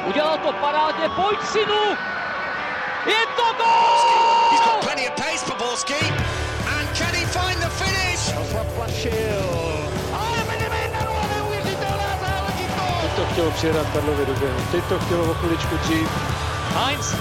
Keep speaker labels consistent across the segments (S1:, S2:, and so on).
S1: Udělal to parádně, pojď synu! Je to gól!
S2: He's got plenty of pace for Borski. And can he find the finish?
S1: Zaplašil. Ale vedeme 1-0, neuvěřitelná záležitost!
S3: Teď to chtělo přijedat Karlovi do běhu, teď to chtělo o chviličku dřív.
S1: Heinz!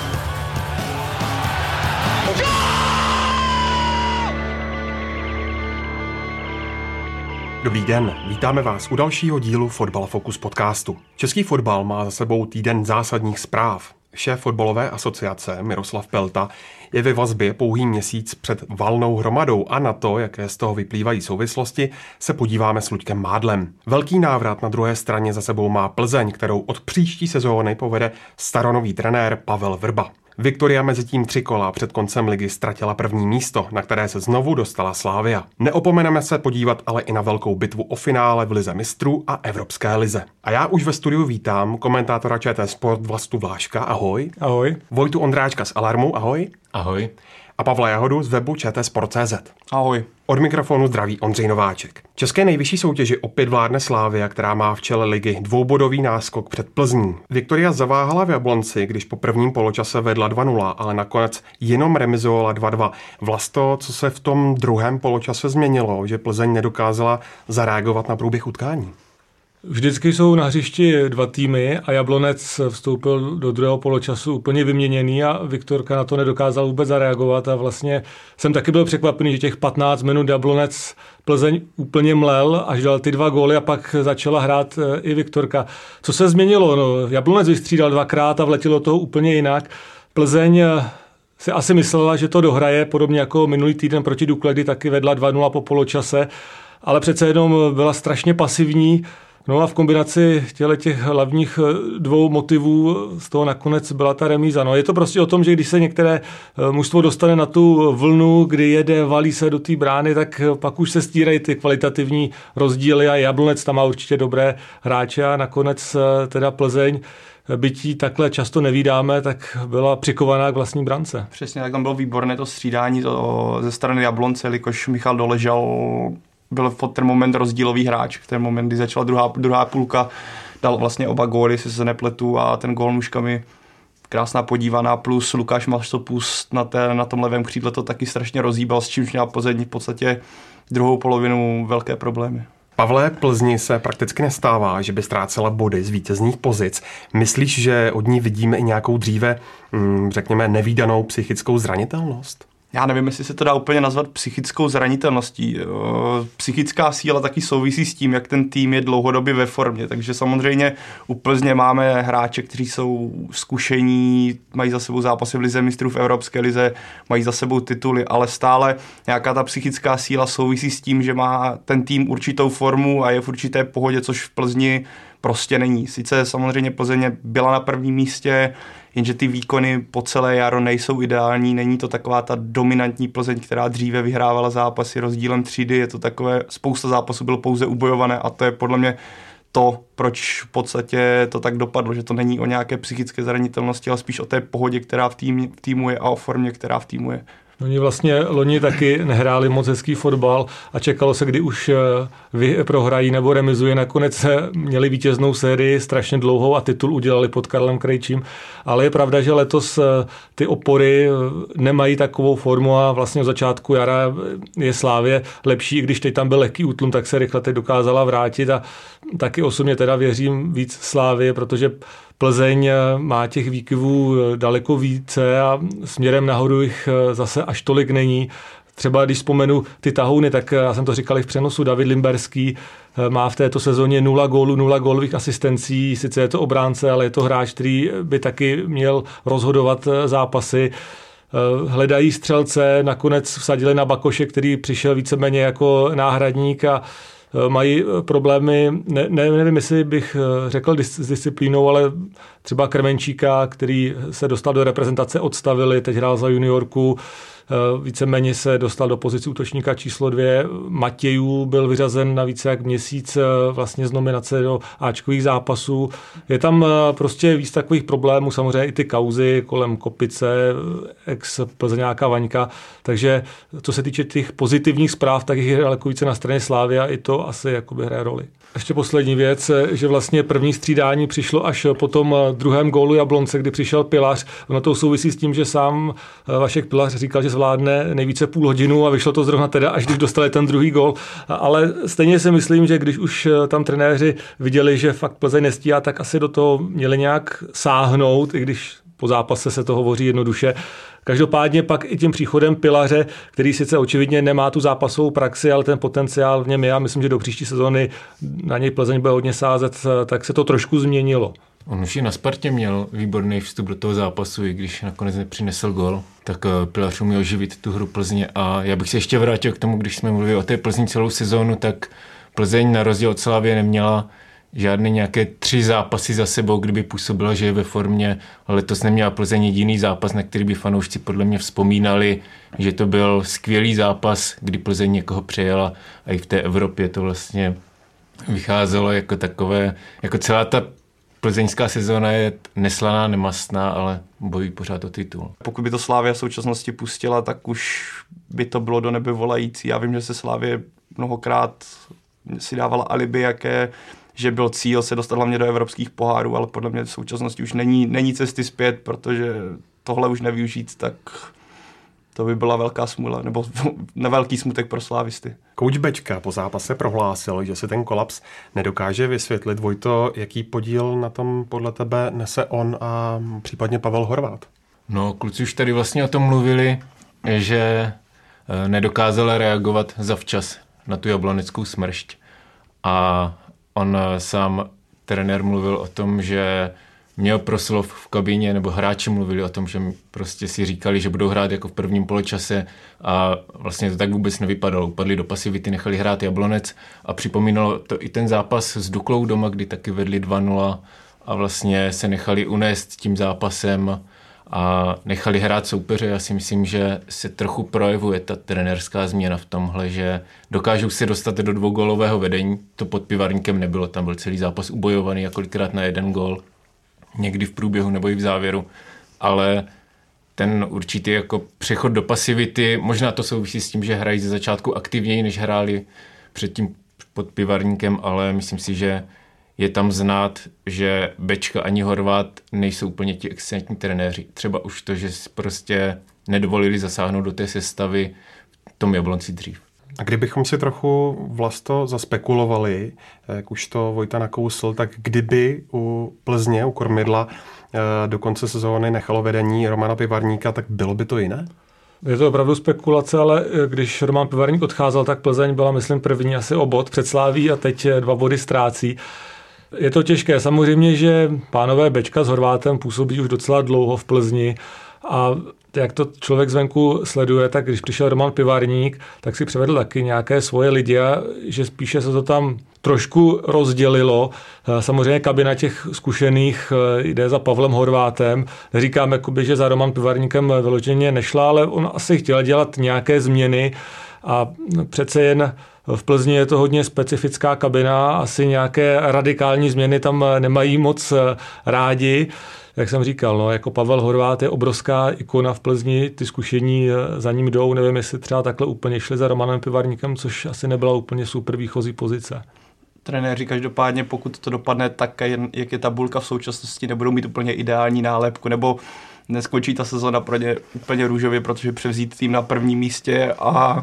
S4: Dobrý den, vítáme vás u dalšího dílu Fotbal Focus podcastu. Český fotbal má za sebou týden zásadních zpráv. Šéf fotbalové asociace Miroslav Pelta je ve vazbě pouhý měsíc před valnou hromadou a na to, jaké z toho vyplývají souvislosti, se podíváme s Luďkem Mádlem. Velký návrat na druhé straně za sebou má Plzeň, kterou od příští sezóny povede staronový trenér Pavel Vrba. Viktoria mezitím 3 kola před koncem ligy ztratila první místo, na které se znovu dostala Slavia. Neopomeneme se podívat ale i na velkou bitvu o finále v Lize mistrů a Evropské lize. A já už ve studiu vítám komentátora ČT Sport Vlastu Vláška, ahoj.
S3: Ahoj.
S4: Vojtu Ondráčka z Alarmu, ahoj.
S5: Ahoj.
S4: A Pavla Jahodu z webu čtsport.cz.
S5: Ahoj.
S4: Od mikrofonu zdraví Ondřej Nováček. České nejvyšší soutěži opět vládne Slavia, která má v čele ligy dvoubodový náskok před Plzní. Viktoria zaváhala v Jablonci, když po prvním poločase vedla 2-0, ale nakonec jenom remizovala 2-2. Vlasto, co se v tom druhém poločase změnilo, že Plzeň nedokázala zareagovat na průběh utkání?
S3: Vždycky jsou na hřišti dva týmy a Jablonec vstoupil do druhého poločasu úplně vyměněný a Viktorka na to nedokázal vůbec zareagovat a vlastně jsem taky byl překvapený, že těch 15 minut Jablonec Plzeň úplně mlel, až dal ty 2 góly a pak začala hrát i Viktorka. Co se změnilo? No, Jablonec vystřídal 2krát a vletělo toho úplně jinak. Plzeň si asi myslela, že to dohraje, podobně jako minulý týden proti Dukle, kdy taky vedla 2-0 po poločase, ale přece jenom byla strašně pasivní. No a v kombinaci těch hlavních 2 motivů z toho nakonec byla ta remíza. No je to prostě o tom, že když se některé mužstvo dostane na tu vlnu, kdy jede, valí se do té brány, tak pak už se stírají ty kvalitativní rozdíly a Jablonec tam má určitě dobré hráče a nakonec teda Plzeň, byť ji takhle často nevídáme, tak byla přikovaná k vlastní brance.
S5: Přesně, tak tam bylo výborné to střídání ze strany Jablonce, jelikož Michal Doležal byl v ten moment rozdílový hráč. V ten moment, kdy začala druhá půlka, dal vlastně 2 góly, jestli se nepletu, a ten gól nůžkami krásná podívaná, plus Lukáš Masopust na tom levém křídle to taky strašně rozhýbal, s čímž měla Plzeň v podstatě druhou polovinu velké problémy.
S4: Pavle, Plzni se prakticky nestává, že by ztrácela body z vítězných pozic. Myslíš, že od ní vidíme i nějakou dříve, řekněme, nevídanou psychickou zranitelnost?
S5: Já nevím, jestli se to dá úplně nazvat psychickou zranitelností. Psychická síla taky souvisí s tím, jak ten tým je dlouhodobě ve formě. Takže samozřejmě u Plzně máme hráče, kteří jsou zkušení, mají za sebou zápasy v Lize mistrů, v Evropské lize, mají za sebou tituly, ale stále nějaká ta psychická síla souvisí s tím, že má ten tým určitou formu a je v určité pohodě, což v Plzni prostě není. Sice samozřejmě Plzeň byla na prvním místě, jenže ty výkony po celé jaro nejsou ideální, není to taková ta dominantní Plzeň, která dříve vyhrávala zápasy rozdílem třídy, je to takové, spousta zápasů bylo pouze ubojované a to je podle mě to, proč v podstatě to tak dopadlo, že to není o nějaké psychické zranitelnosti, ale spíš o té pohodě, která v týmu je a o formě, která v týmu je.
S3: Oni vlastně loni taky nehráli moc hezký fotbal a čekalo se, kdy už prohrají nebo remizují. Nakonec měli vítěznou sérii strašně dlouhou a titul udělali pod Karlem Krejčím. Ale je pravda, že letos ty opory nemají takovou formu a vlastně od začátku jara je Slavie lepší, i když teď tam byl lehký útlum, tak se rychle teď dokázala vrátit a taky osobně teda věřím víc Slavie, protože Plzeň má těch výkyvů daleko více a směrem nahoru jich zase až tolik není. Třeba když vzpomenu ty tahouny, tak já jsem to říkal i v přenosu, David Limberský má v této sezóně 0 gólů, 0 gólových asistencí, sice je to obránce, ale je to hráč, který by taky měl rozhodovat zápasy. Hledají střelce, nakonec vsadili na Bakoše, který přišel víceméně jako náhradník a mají problémy, nevím, jestli bych řekl s disciplínou, ale třeba Krmenčíka, který se dostal do reprezentace, odstavili, teď hrál za juniorku, víceméně se dostal do pozice útočníka číslo 2. Matějů byl vyřazen na více jak měsíc vlastně z nominace do áčkových zápasů. Je tam prostě víc takových problémů, samozřejmě i ty kauzy kolem Kopice, ex-plzeňáka Vaňka, takže co se týče těch pozitivních zpráv, tak jich je daleko více na straně Slavie a i to asi jakoby hraje roli. Ještě poslední věc, že vlastně první střídání přišlo až po tom druhém gólu Jablonce, kdy přišel Pilař. Ono to souvisí s tím, že sám Vašek Pilař říkal, že zvládne nejvíce půl hodinu a vyšlo to zrovna teda, až když dostali ten druhý gól. Ale stejně si myslím, že když už tam trenéři viděli, že fakt Plzeň nestíhá, tak asi do toho měli nějak sáhnout, i když po zápase se to hovoří jednoduše. Každopádně pak i tím příchodem Pilaře, který sice očividně nemá tu zápasovou praxi, ale ten potenciál v něm je a myslím, že do příští sezóny na něj Plzeň bude hodně sázet, tak se to trošku změnilo.
S6: On už i na Spartě měl výborný vstup do toho zápasu, i když nakonec nepřinesl gól, tak Pilař uměl živit tu hru Plzně. A já bych se ještě vrátil k tomu, když jsme mluvili o té Plzni celou sezónu, tak Plzeň na rozdíl od Slavie neměla žádné nějaké 3 zápasy za sebou, kdyby působila, že je ve formě. Letos neměla Plzeň jediný zápas, na který by fanoušci podle mě vzpomínali, že to byl skvělý zápas, kdy Plzeň někoho přejela a i v té Evropě to vlastně vycházelo jako takové, jako celá ta plzeňská sezóna je neslaná, nemastná, ale bojí pořád o titul.
S5: Pokud by to Slavia v současnosti pustila, tak už by to bylo do nebe volající. Já vím, že se Slavie mnohokrát si dávala alibi, že byl cíl se dostat hlavně do evropských pohárů, ale podle mě v současnosti už není cesty zpět, protože tohle už nevyužít, tak to by byla velká smůla, nebo velký smutek pro slávisty.
S4: Kouč Bečka po zápase prohlásil, že se ten kolaps nedokáže vysvětlit. Vojto, jaký podíl na tom podle tebe nese on a případně Pavel Horváth?
S6: No, kluci už tady vlastně o tom mluvili, že nedokázal reagovat zavčas na tu jabloneckou smršť. A on sám, trenér, mluvil o tom, že měl proslov v kabině, nebo hráči mluvili o tom, že prostě si říkali, že budou hrát jako v prvním poločase a vlastně to tak vůbec nevypadalo. Upadli do pasivity, nechali hrát Jablonec a připomínalo to i ten zápas s Duklou doma, kdy taky vedli 2-0 a vlastně se nechali unést tím zápasem a nechali hrát soupeře. Já si myslím, že se trochu projevuje ta trenérská změna v tomhle, že dokážou se dostat do 2gólového vedení. To pod Pivarníkem nebylo, tam byl celý zápas ubojovaný a kolikrát na 1 gól. Někdy v průběhu nebo i v závěru, ale ten určitý jako přechod do pasivity, možná to souvisí s tím, že hrají ze začátku aktivněji, než hráli předtím pod Pivarníkem, ale myslím si, že je tam znát, že Bečka ani Horváth nejsou úplně ti excelentní trenéři. Třeba už to, že prostě nedovolili zasáhnout do té sestavy v tom Jablonci dřív.
S4: A kdybychom si trochu Vlasto zaspekulovali, jak už to Vojta nakousl, tak kdyby u Plzně, u kormidla do konce sezóny nechalo vedení Romana Pivarníka, tak bylo by to jiné?
S3: Je to opravdu spekulace, ale když Roman Pivarník odcházel, tak Plzeň byla, myslím, první asi o bod před Slaví a teď 2 body ztrácí. Je to těžké. Samozřejmě, že pánové Bečka s Horváthem působí už docela dlouho v Plzni a jak to člověk zvenku sleduje, tak když přišel Roman Pivarník, tak si převedl taky nějaké svoje lidi a že spíše se to tam trošku rozdělilo. Samozřejmě kabina těch zkušených jde za Pavlem Horváthem. Neříkám, jakoby, že za Roman Pivarníkem vyloženě nešla, ale on asi chtěl dělat nějaké změny a přece jen v Plzni je to hodně specifická kabina, asi nějaké radikální změny tam nemají moc rádi. Jak jsem říkal, no, jako Pavel Horváth je obrovská ikona v Plzni, ty zkušení za ním jdou, nevím, jestli třeba takhle úplně šli za Romanem Pivarníkem, což asi nebyla úplně super výchozí pozice.
S5: Trenéři každopádně, pokud to dopadne tak, jak je tabulka v současnosti, nebudou mít úplně ideální nálepku, nebo neskončí ta sezona pro ně úplně růžově, protože převzít tým na prvním místě a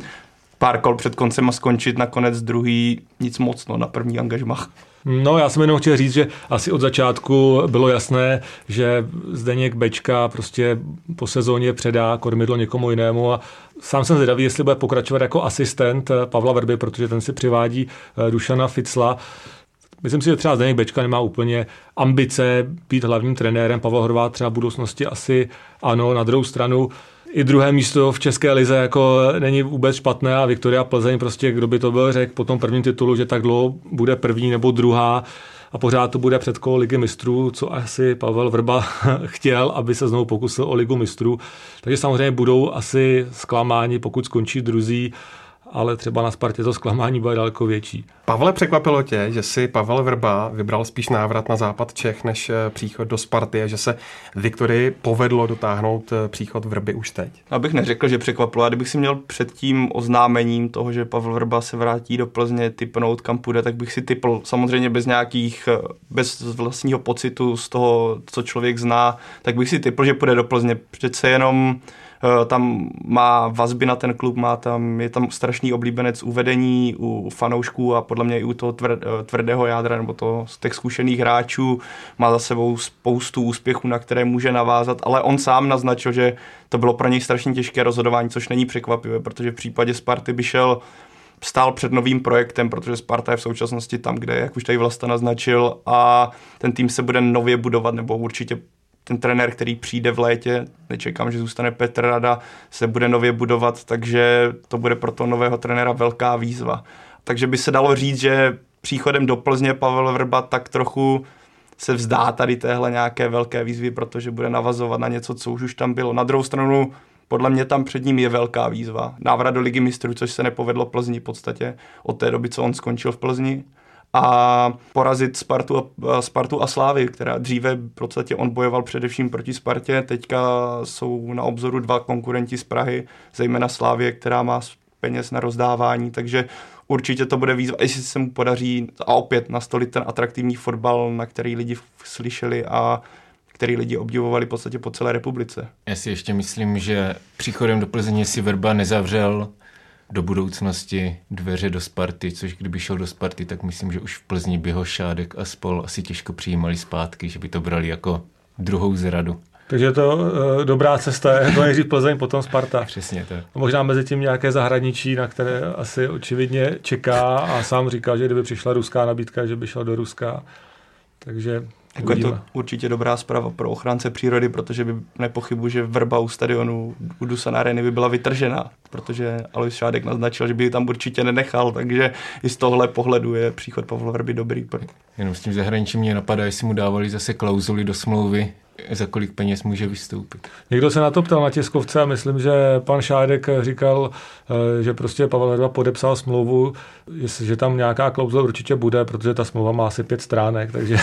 S5: pár kol před koncem a skončit nakonec druhý, nic moc, no, na první angažmách.
S3: No, já jsem jenom chtěl říct, že asi od začátku bylo jasné, že Zdeněk Bečka prostě po sezóně předá kormidlo někomu jinému a sám jsem zvědavý, jestli bude pokračovat jako asistent Pavla Vrby, protože ten si přivádí Dušana Ficla. Myslím si, že třeba Zdeněk Bečka nemá úplně ambice být hlavním trenérem. Pavel Horváth třeba v budoucnosti asi ano, na druhou stranu i druhé místo v České lize jako není vůbec špatné a Viktoria Plzeň prostě, kdo by to byl řekl po tom prvním titulu, že tak dlouho bude první nebo druhá a pořád to bude předkolo Ligy mistrů, co asi Pavel Vrba chtěl, aby se znovu pokusil o Ligu mistrů. Takže samozřejmě budou asi zklamáni, pokud skončí druzí ale třeba na Spartě to zklamání bude daleko větší.
S4: Pavle, překvapilo tě, že si Pavel Vrba vybral spíš návrat na západ Čech než příchod do Sparty a že se Viktorii povedlo dotáhnout příchod Vrby už teď?
S5: Abych neřekl, že překvapilo, a kdybych si měl před tím oznámením toho, že Pavel Vrba se vrátí do Plzně, tipnout kam půjde, tak bych si tipl samozřejmě bez vlastního pocitu z toho, co člověk zná, tak bych si tipl, že půjde do Plzně. Přece jenom tam má vazby na ten klub, je tam strašný oblíbenec u vedení, u fanoušků a podle mě i u toho tvrdého jádra nebo z těch zkušených hráčů, má za sebou spoustu úspěchů, na které může navázat, ale on sám naznačil, že to bylo pro něj strašně těžké rozhodování, což není překvapivé, protože v případě Sparty by stál před novým projektem, protože Sparta je v současnosti tam, kde, jak už tady Vlasta naznačil, a ten tým se bude nově budovat, nebo určitě ten trenér, který přijde v létě, nečekám, že zůstane Petr Rada, se bude nově budovat, takže to bude pro toho nového trenéra velká výzva. Takže by se dalo říct, že příchodem do Plzně Pavel Vrba tak trochu se vzdá tady téhle nějaké velké výzvy, protože bude navazovat na něco, co už tam bylo. Na druhou stranu, podle mě tam před ním je velká výzva. Návrat do Ligy mistrů, což se nepovedlo Plzni v podstatě od té doby, co on skončil v Plzni. A porazit Spartu a Slávy, která dříve v podstatě on bojoval především proti Spartě. Teďka jsou na obzoru dva konkurenti z Prahy, zejména Slávie, která má peněz na rozdávání, takže určitě to bude výzva, jestli se mu podaří a opět nastolit ten atraktivní fotbal, na který lidi slyšeli a který lidi obdivovali v podstatě po celé republice.
S6: Já si ještě myslím, že příchodem do Plzně si Vrba nezavřel do budoucnosti dveře do Sparty, což kdyby šel do Sparty, tak myslím, že už v Plzni by ho Šádek a spol asi těžko přijímali zpátky, že by to brali jako druhou zradu.
S3: Takže je to dobrá cesta, je to nejdřív Plzeň, potom Sparta.
S6: Přesně tak.
S3: Možná mezi tím nějaké zahraničí, na které asi očividně čeká a sám říkal, že kdyby přišla ruská nabídka, že by šel do Ruska. Takže
S5: jako je to určitě dobrá zpráva pro ochránce přírody, protože by nepochybuji, že Vrba u stadionu u Dusan Areny by byla vytržena, protože Alois Šádek naznačil, že by ji tam určitě nenechal, takže i z tohle pohledu je příchod Pavla Vrby dobrý.
S6: Jenom s tím zahraničím mě napadá, jestli mu dávali zase klauzuly do smlouvy, za kolik peněz může vystoupit.
S3: Někdo se na to ptal na tiskovce a myslím, že pan Šádek říkal, že prostě Pavel Vrba podepsal smlouvu, že tam nějaká klauzule určitě bude, protože ta smlouva má asi 5 stránek, takže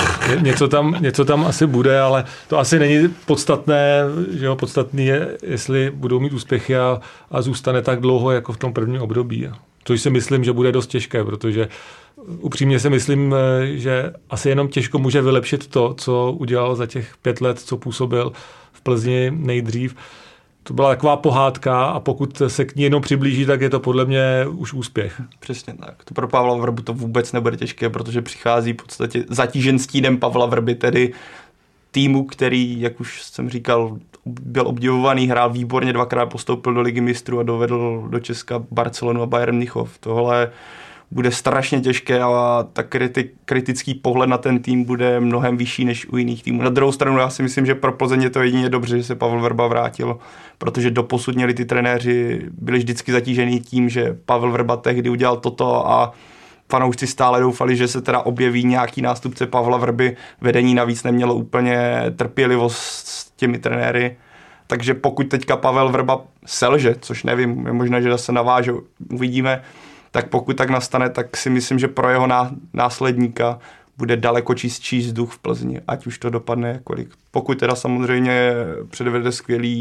S3: něco tam asi bude, ale to asi není podstatné, že jo, podstatný je, jestli budou mít úspěchy a zůstane tak dlouho jako v tom prvním období. Což si myslím, že bude dost těžké, protože upřímně si myslím, že asi jenom těžko může vylepšit to, co udělal za těch 5 let, co působil v Plzni nejdřív. To byla taková pohádka a pokud se k ní jenom přiblíží, tak je to podle mě už úspěch.
S5: Přesně tak. To pro Pavla Vrbu to vůbec nebude těžké, protože přichází v podstatě zatížen stínem Pavla Vrby, tedy týmu, který, jak už jsem říkal, byl obdivovaný, hrál výborně, 2krát postoupil do Ligy mistrů a dovedl do Česka Barcelonu a Bayern Mnichov. Tohle bude strašně těžké a ta kritický pohled na ten tým bude mnohem vyšší než u jiných týmů. Na druhou stranu já si myslím, že pro Plzeň je to jedině dobře, že se Pavel Vrba vrátil, protože doposud měli ty trenéři, byli vždycky zatížený tím, že Pavel Vrba tehdy udělal toto a fanoušci stále doufali, že se teda objeví nějaký nástupce Pavla Vrby. Vedení navíc nemělo úplně trpělivost s těmi trenéry. Takže pokud teďka Pavel Vrba selže, což nevím, je možné, že zase naváže, uvidíme, tak pokud tak nastane, tak si myslím, že pro jeho následníka bude daleko čistší vzduch v Plzni, ať už to dopadne jakkoliv. Pokud teda samozřejmě předvede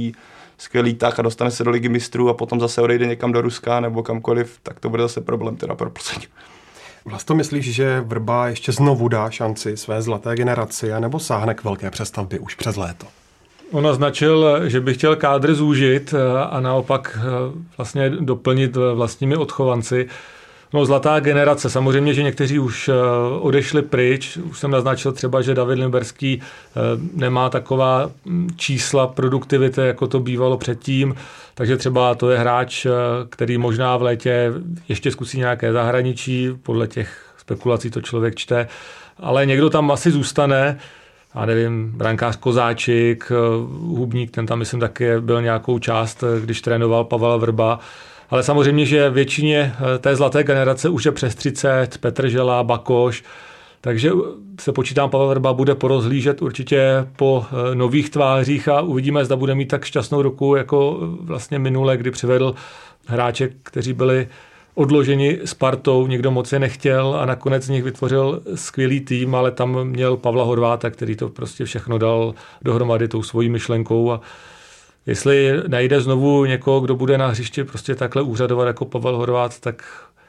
S5: skvělý tah a dostane se do Ligy mistrů a potom zase odejde někam do Ruska nebo kamkoliv, tak to bude zase problém teda pro Plzeň.
S4: Vlasto, myslíš, že Vrba ještě znovu dá šanci své zlaté generaci anebo sáhne k velké přestavbě už přes léto?
S3: On naznačil, že by chtěl kádr zúžit a naopak vlastně doplnit vlastními odchovanci. No, zlatá generace. Samozřejmě, že někteří už odešli pryč. Už jsem naznačil třeba, že David Limberský nemá taková čísla produktivity, jako to bývalo předtím. Takže třeba to je hráč, který možná v létě ještě zkusí nějaké zahraničí. Podle těch spekulací to člověk čte. Ale někdo tam asi zůstane. Já nevím, brankář Kozáčik, Hubník, ten tam myslím taky byl nějakou část, když trénoval Pavel Vrba. Ale samozřejmě, že většině té zlaté generace už je přes 30, Petr Žela, Bakoš, takže se počítám, Pavel Vrba bude porozhlížet určitě po nových tvářích a uvidíme, zda bude mít tak šťastnou ruku, jako vlastně minule, kdy přivedl hráče, kteří byli odloženi Spartou, nikdo moc je nechtěl a nakonec z nich vytvořil skvělý tým, ale tam měl Pavla Horváta, který to prostě všechno dal dohromady tou svojí myšlenkou a jestli najde znovu někoho, kdo bude na hřišti prostě takhle úřadovat jako Pavel Horvát, tak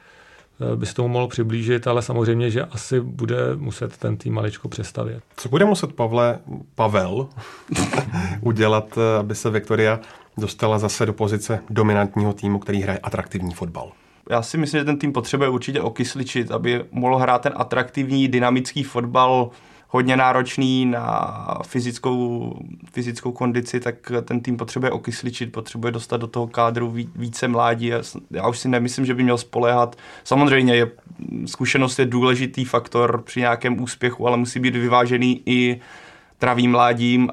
S3: by se tomu mohl přiblížit, ale samozřejmě, že asi bude muset ten tým maličko přestavět.
S4: Co bude muset Pavel udělat, aby se Viktoria dostala zase do pozice dominantního týmu, který hraje atraktivní fotbal?
S5: Já si myslím, že ten tým potřebuje určitě okysličit, aby mohl hrát ten atraktivní, dynamický fotbal, hodně náročný na fyzickou kondici, tak ten tým potřebuje okysličit, potřebuje dostat do toho kádru více mládí. Já už si nemyslím, že by měl spoléhat. Samozřejmě zkušenost je důležitý faktor při nějakém úspěchu, ale musí být vyvážený i travým mládím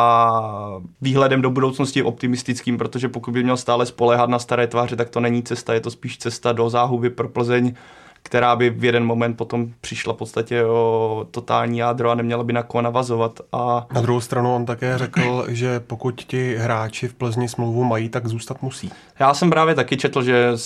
S5: a výhledem do budoucnosti optimistickým, protože pokud by měl stále spoléhat na staré tváře, tak to není cesta, je to spíš cesta do záhuby pro Plzeň, která by v jeden moment potom přišla v podstatě o totální jádro a neměla by na koho navazovat. A
S4: na druhou stranu on také řekl, že pokud ti hráči v Plzni smlouvu mají, tak zůstat musí.
S5: Já jsem právě taky četl,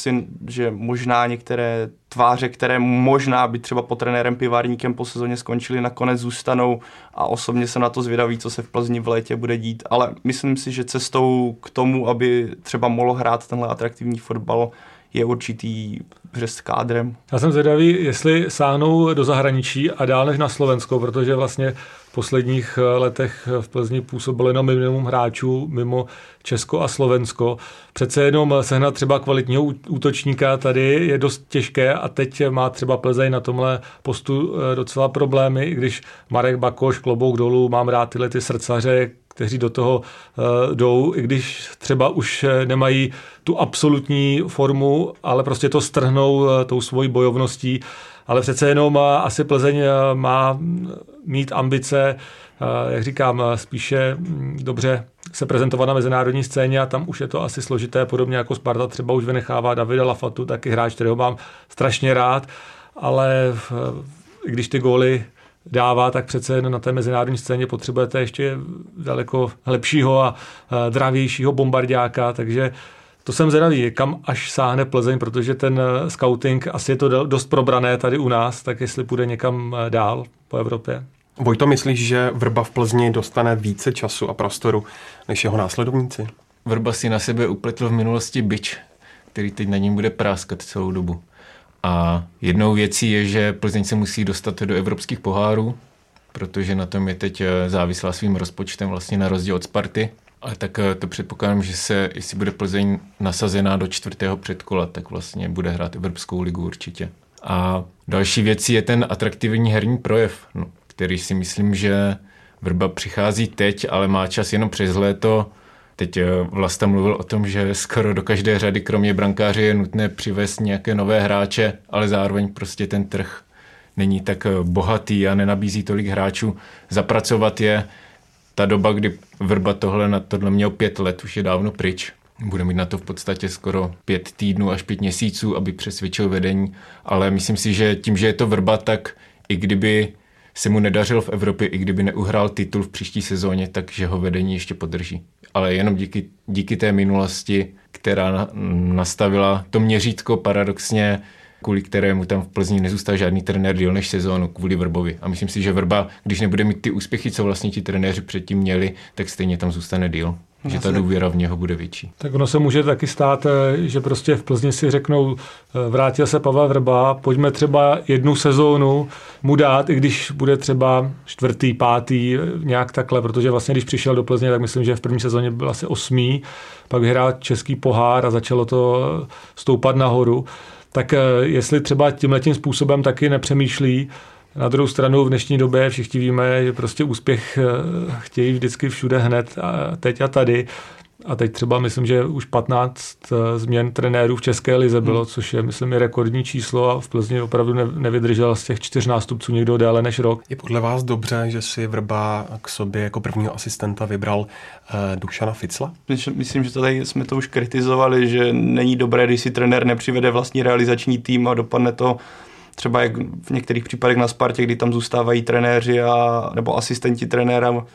S5: že možná některé tváře, které možná by třeba pod trenérem Pivárníkem po sezóně skončily, nakonec zůstanou a osobně jsem na to zvědavý, co se v Plzni v létě bude dít. Ale myslím si, že cestou k tomu, aby třeba mohl hrát tenhle atraktivní fotbal, je určitý řez kádrem.
S3: Já jsem zvědavý, jestli sáhnou do zahraničí a dál než na Slovensko, protože vlastně v posledních letech v Plzni působilo jenom minimum hráčů mimo Česko a Slovensko. Přece jenom sehnat třeba kvalitního útočníka tady je dost těžké a teď má třeba Plzeň na tomhle postu docela problémy, i když Marek Bakoš, klobouk dolů, mám rád tyhle ty srdcaře, kteří do toho jdou, i když třeba už nemají tu absolutní formu, ale prostě to strhnou tou svojí bojovností. Ale přece jenom asi Plzeň má mít ambice, jak říkám, spíše dobře se prezentovat na mezinárodní scéně a tam už je to asi složité, podobně jako Sparta třeba už vynechává Davida Lafatu, taky hráč, kterého mám strašně rád, ale když ty góly dává, tak přece na té mezinárodní scéně potřebujete ještě daleko lepšího a dravějšího bombardáka, takže to jsem zvědavý, kam až sáhne Plzeň, protože ten scouting asi je to dost probrané tady u nás, tak jestli půjde někam dál po Evropě.
S4: Vojto, myslíš, že Vrba v Plzni dostane více času a prostoru než jeho následovníci?
S6: Vrba si na sebe upletl v minulosti bič, který teď na něm bude práskat celou dobu. A jednou věcí je, že Plzeň se musí dostat do evropských pohárů, protože na tom je teď závislá svým rozpočtem vlastně na rozdíl od Sparty. Ale tak to předpokládám, že jestli bude Plzeň nasazená do 4. předkola, tak vlastně bude hrát Evropskou ligu určitě. A další věcí je ten atraktivní herní projev, který si myslím, že Vrba přichází teď, ale má čas jenom přes léto. Teď Vlasta mluvil o tom, že skoro do každé řady, kromě brankáře, je nutné přivést nějaké nové hráče, ale zároveň prostě ten trh není tak bohatý a nenabízí tolik hráčů. Zapracovat je. Ta doba, kdy Vrba tohle měl 5 let, už je dávno pryč. Bude mít na to v podstatě skoro 5 týdnů až 5 měsíců, aby přesvědčil vedení, ale myslím si, že tím, že je to Vrba, tak i kdyby se mu nedařil v Evropě, i kdyby neuhrál titul v příští sezóně, takže ho vedení ještě podrží. Ale jenom díky té minulosti, která nastavila to měřítko paradoxně, kvůli kterému tam v Plzni nezůstal žádný trenér díl než sezónu, kvůli Vrbovi. A myslím si, že Vrba, když nebude mít ty úspěchy, co vlastně ti trenéři předtím měli, tak stejně tam zůstane díl. Že ta důvěra v něho bude větší.
S3: Tak ono se může taky stát, že prostě v Plzni si řeknou, vrátil se Pavel Vrba, pojďme třeba jednu sezónu mu dát, i když bude třeba 4., 5., nějak takhle, protože vlastně když přišel do Plzně, tak myslím, že v první sezóně byl asi 8., pak vyhrál český pohár a začalo to stoupat nahoru. Tak jestli třeba tímhletím způsobem taky nepřemýšlí. Na druhou stranu v dnešní době všichni víme, že prostě úspěch chtějí vždycky všude hned a teď a tady. A teď třeba myslím, že už 15 změn trenérů v České lize bylo, což je, myslím, rekordní číslo a v Plzni opravdu nevydržel z těch 4 nástupců někdo déle než rok.
S4: Je podle vás dobře, že si Vrba k sobě jako prvního asistenta vybral Dušana Ficla?
S5: Myslím, že tady jsme to už kritizovali, že není dobré, když si trenér nepřivede vlastní realizační tým a dopadne to třeba jak v některých případech na Spartě, kdy tam zůstávají trenéři nebo asistenti trenéra,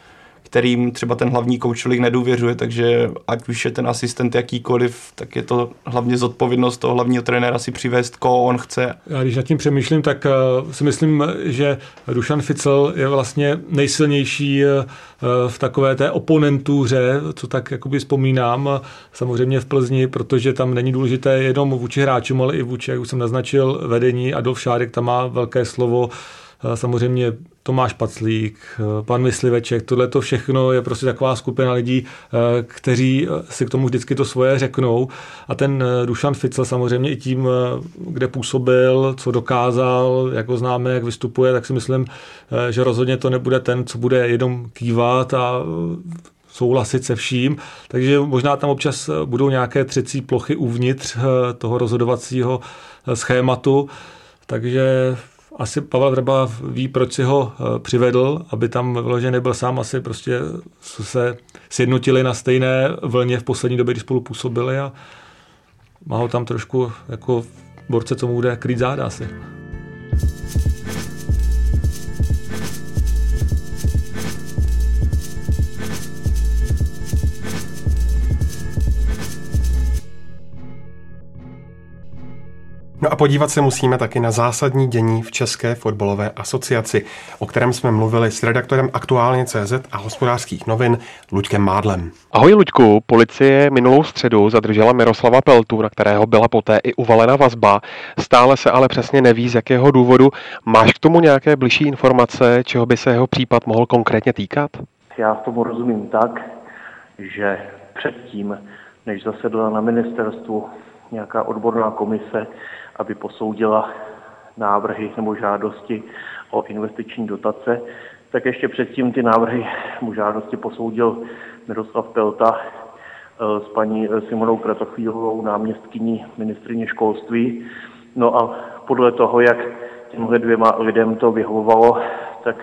S5: kterým třeba ten hlavní kouč nedůvěřuje, takže ať už je ten asistent jakýkoliv, tak je to hlavně zodpovědnost toho hlavního trenéra si přivést, koho on chce.
S3: Já když nad tím přemýšlím, tak si myslím, že Dušan Ficl je vlastně nejsilnější v takové té oponentuře, co tak jakoby vzpomínám, samozřejmě v Plzni, protože tam není důležité jenom vůči hráčům, ale i vůči, jak už jsem naznačil, vedení. Adolf Šárek tam má velké slovo, samozřejmě Tomáš Paclík, pan Mysliveček, tohle to všechno je prostě taková skupina lidí, kteří si k tomu vždycky to svoje řeknou. A ten Dušan Ficl samozřejmě i tím, kde působil, co dokázal, jak ho známe, jak vystupuje, tak si myslím, že rozhodně to nebude ten, co bude jenom kývat a souhlasit se vším. Takže možná tam občas budou nějaké třecí plochy uvnitř toho rozhodovacího schématu. Takže asi Pavel Vrba ví, proč si ho přivedl, aby tam vyloženě nebyl sám, asi prostě se sjednotili na stejné vlně v poslední době, když spolu působili a má ho tam trošku jako borce, co mu bude krýt záda asi.
S4: No a podívat se musíme taky na zásadní dění v České fotbalové asociaci, o kterém jsme mluvili s redaktorem Aktuálně.cz a Hospodářských novin Luďkem Mádlem.
S7: Ahoj Luďku, policie minulou středu zadržela Miroslava Peltu, na kterého byla poté i uvalena vazba. Stále se ale přesně neví, z jakého důvodu. Máš k tomu nějaké bližší informace, čeho by se jeho případ mohl konkrétně týkat?
S8: Já tomu rozumím tak, že předtím, než zasedla na ministerstvu nějaká odborná komise, aby posoudila návrhy nebo žádosti o investiční dotace, tak ještě předtím ty návrhy nebo žádosti posoudil Miroslav Pelta s paní Simonou Kratochvílovou, náměstkyní ministryně školství. No a podle toho, jak těmhle dvěma lidem to vyhovovalo, tak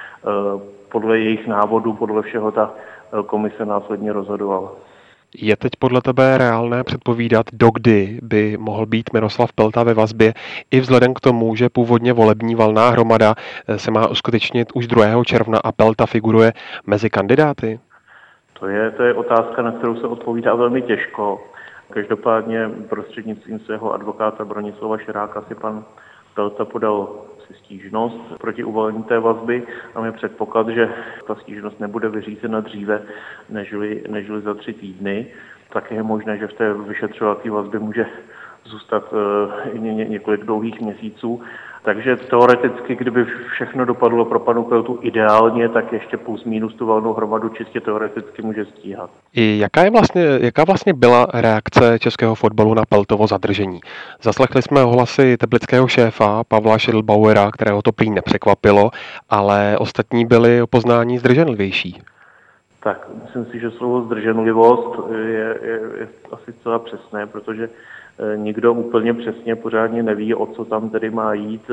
S8: podle jejich návodů, podle všeho ta komise následně rozhodovala.
S7: Je teď podle tebe reálné předpovídat, dokdy by mohl být Miroslav Pelta ve vazbě, i vzhledem k tomu, že původně volební valná hromada se má uskutečnit už 2. června a Pelta figuruje mezi kandidáty?
S8: To je otázka, na kterou se odpovídá velmi těžko. Každopádně prostřednictvím svého advokáta Bronislava Širáka si pan Pelta podal stížnost proti uvalení té vazby. Máme předpoklad, že ta stížnost nebude vyřízena dříve nežli za 3 týdny. Také je možné, že v té vyšetřovací vazbě může zůstat několik dlouhých měsíců. Takže teoreticky, kdyby všechno dopadlo pro panu Peltu ideálně, tak ještě plus minus tu valnou hromadu čistě teoreticky může stíhat.
S7: I jaká vlastně byla reakce českého fotbalu na Peltovo zadržení? Zaslechli jsme ohlasy teplického šéfa Pavla Schidlbauera, kterého to prý nepřekvapilo, ale ostatní byli o poznání zdrženlivější.
S8: Tak, myslím si, že slovo zdrženlivost je asi zcela přesné, protože nikdo úplně přesně pořádně neví, o co tam tedy má jít,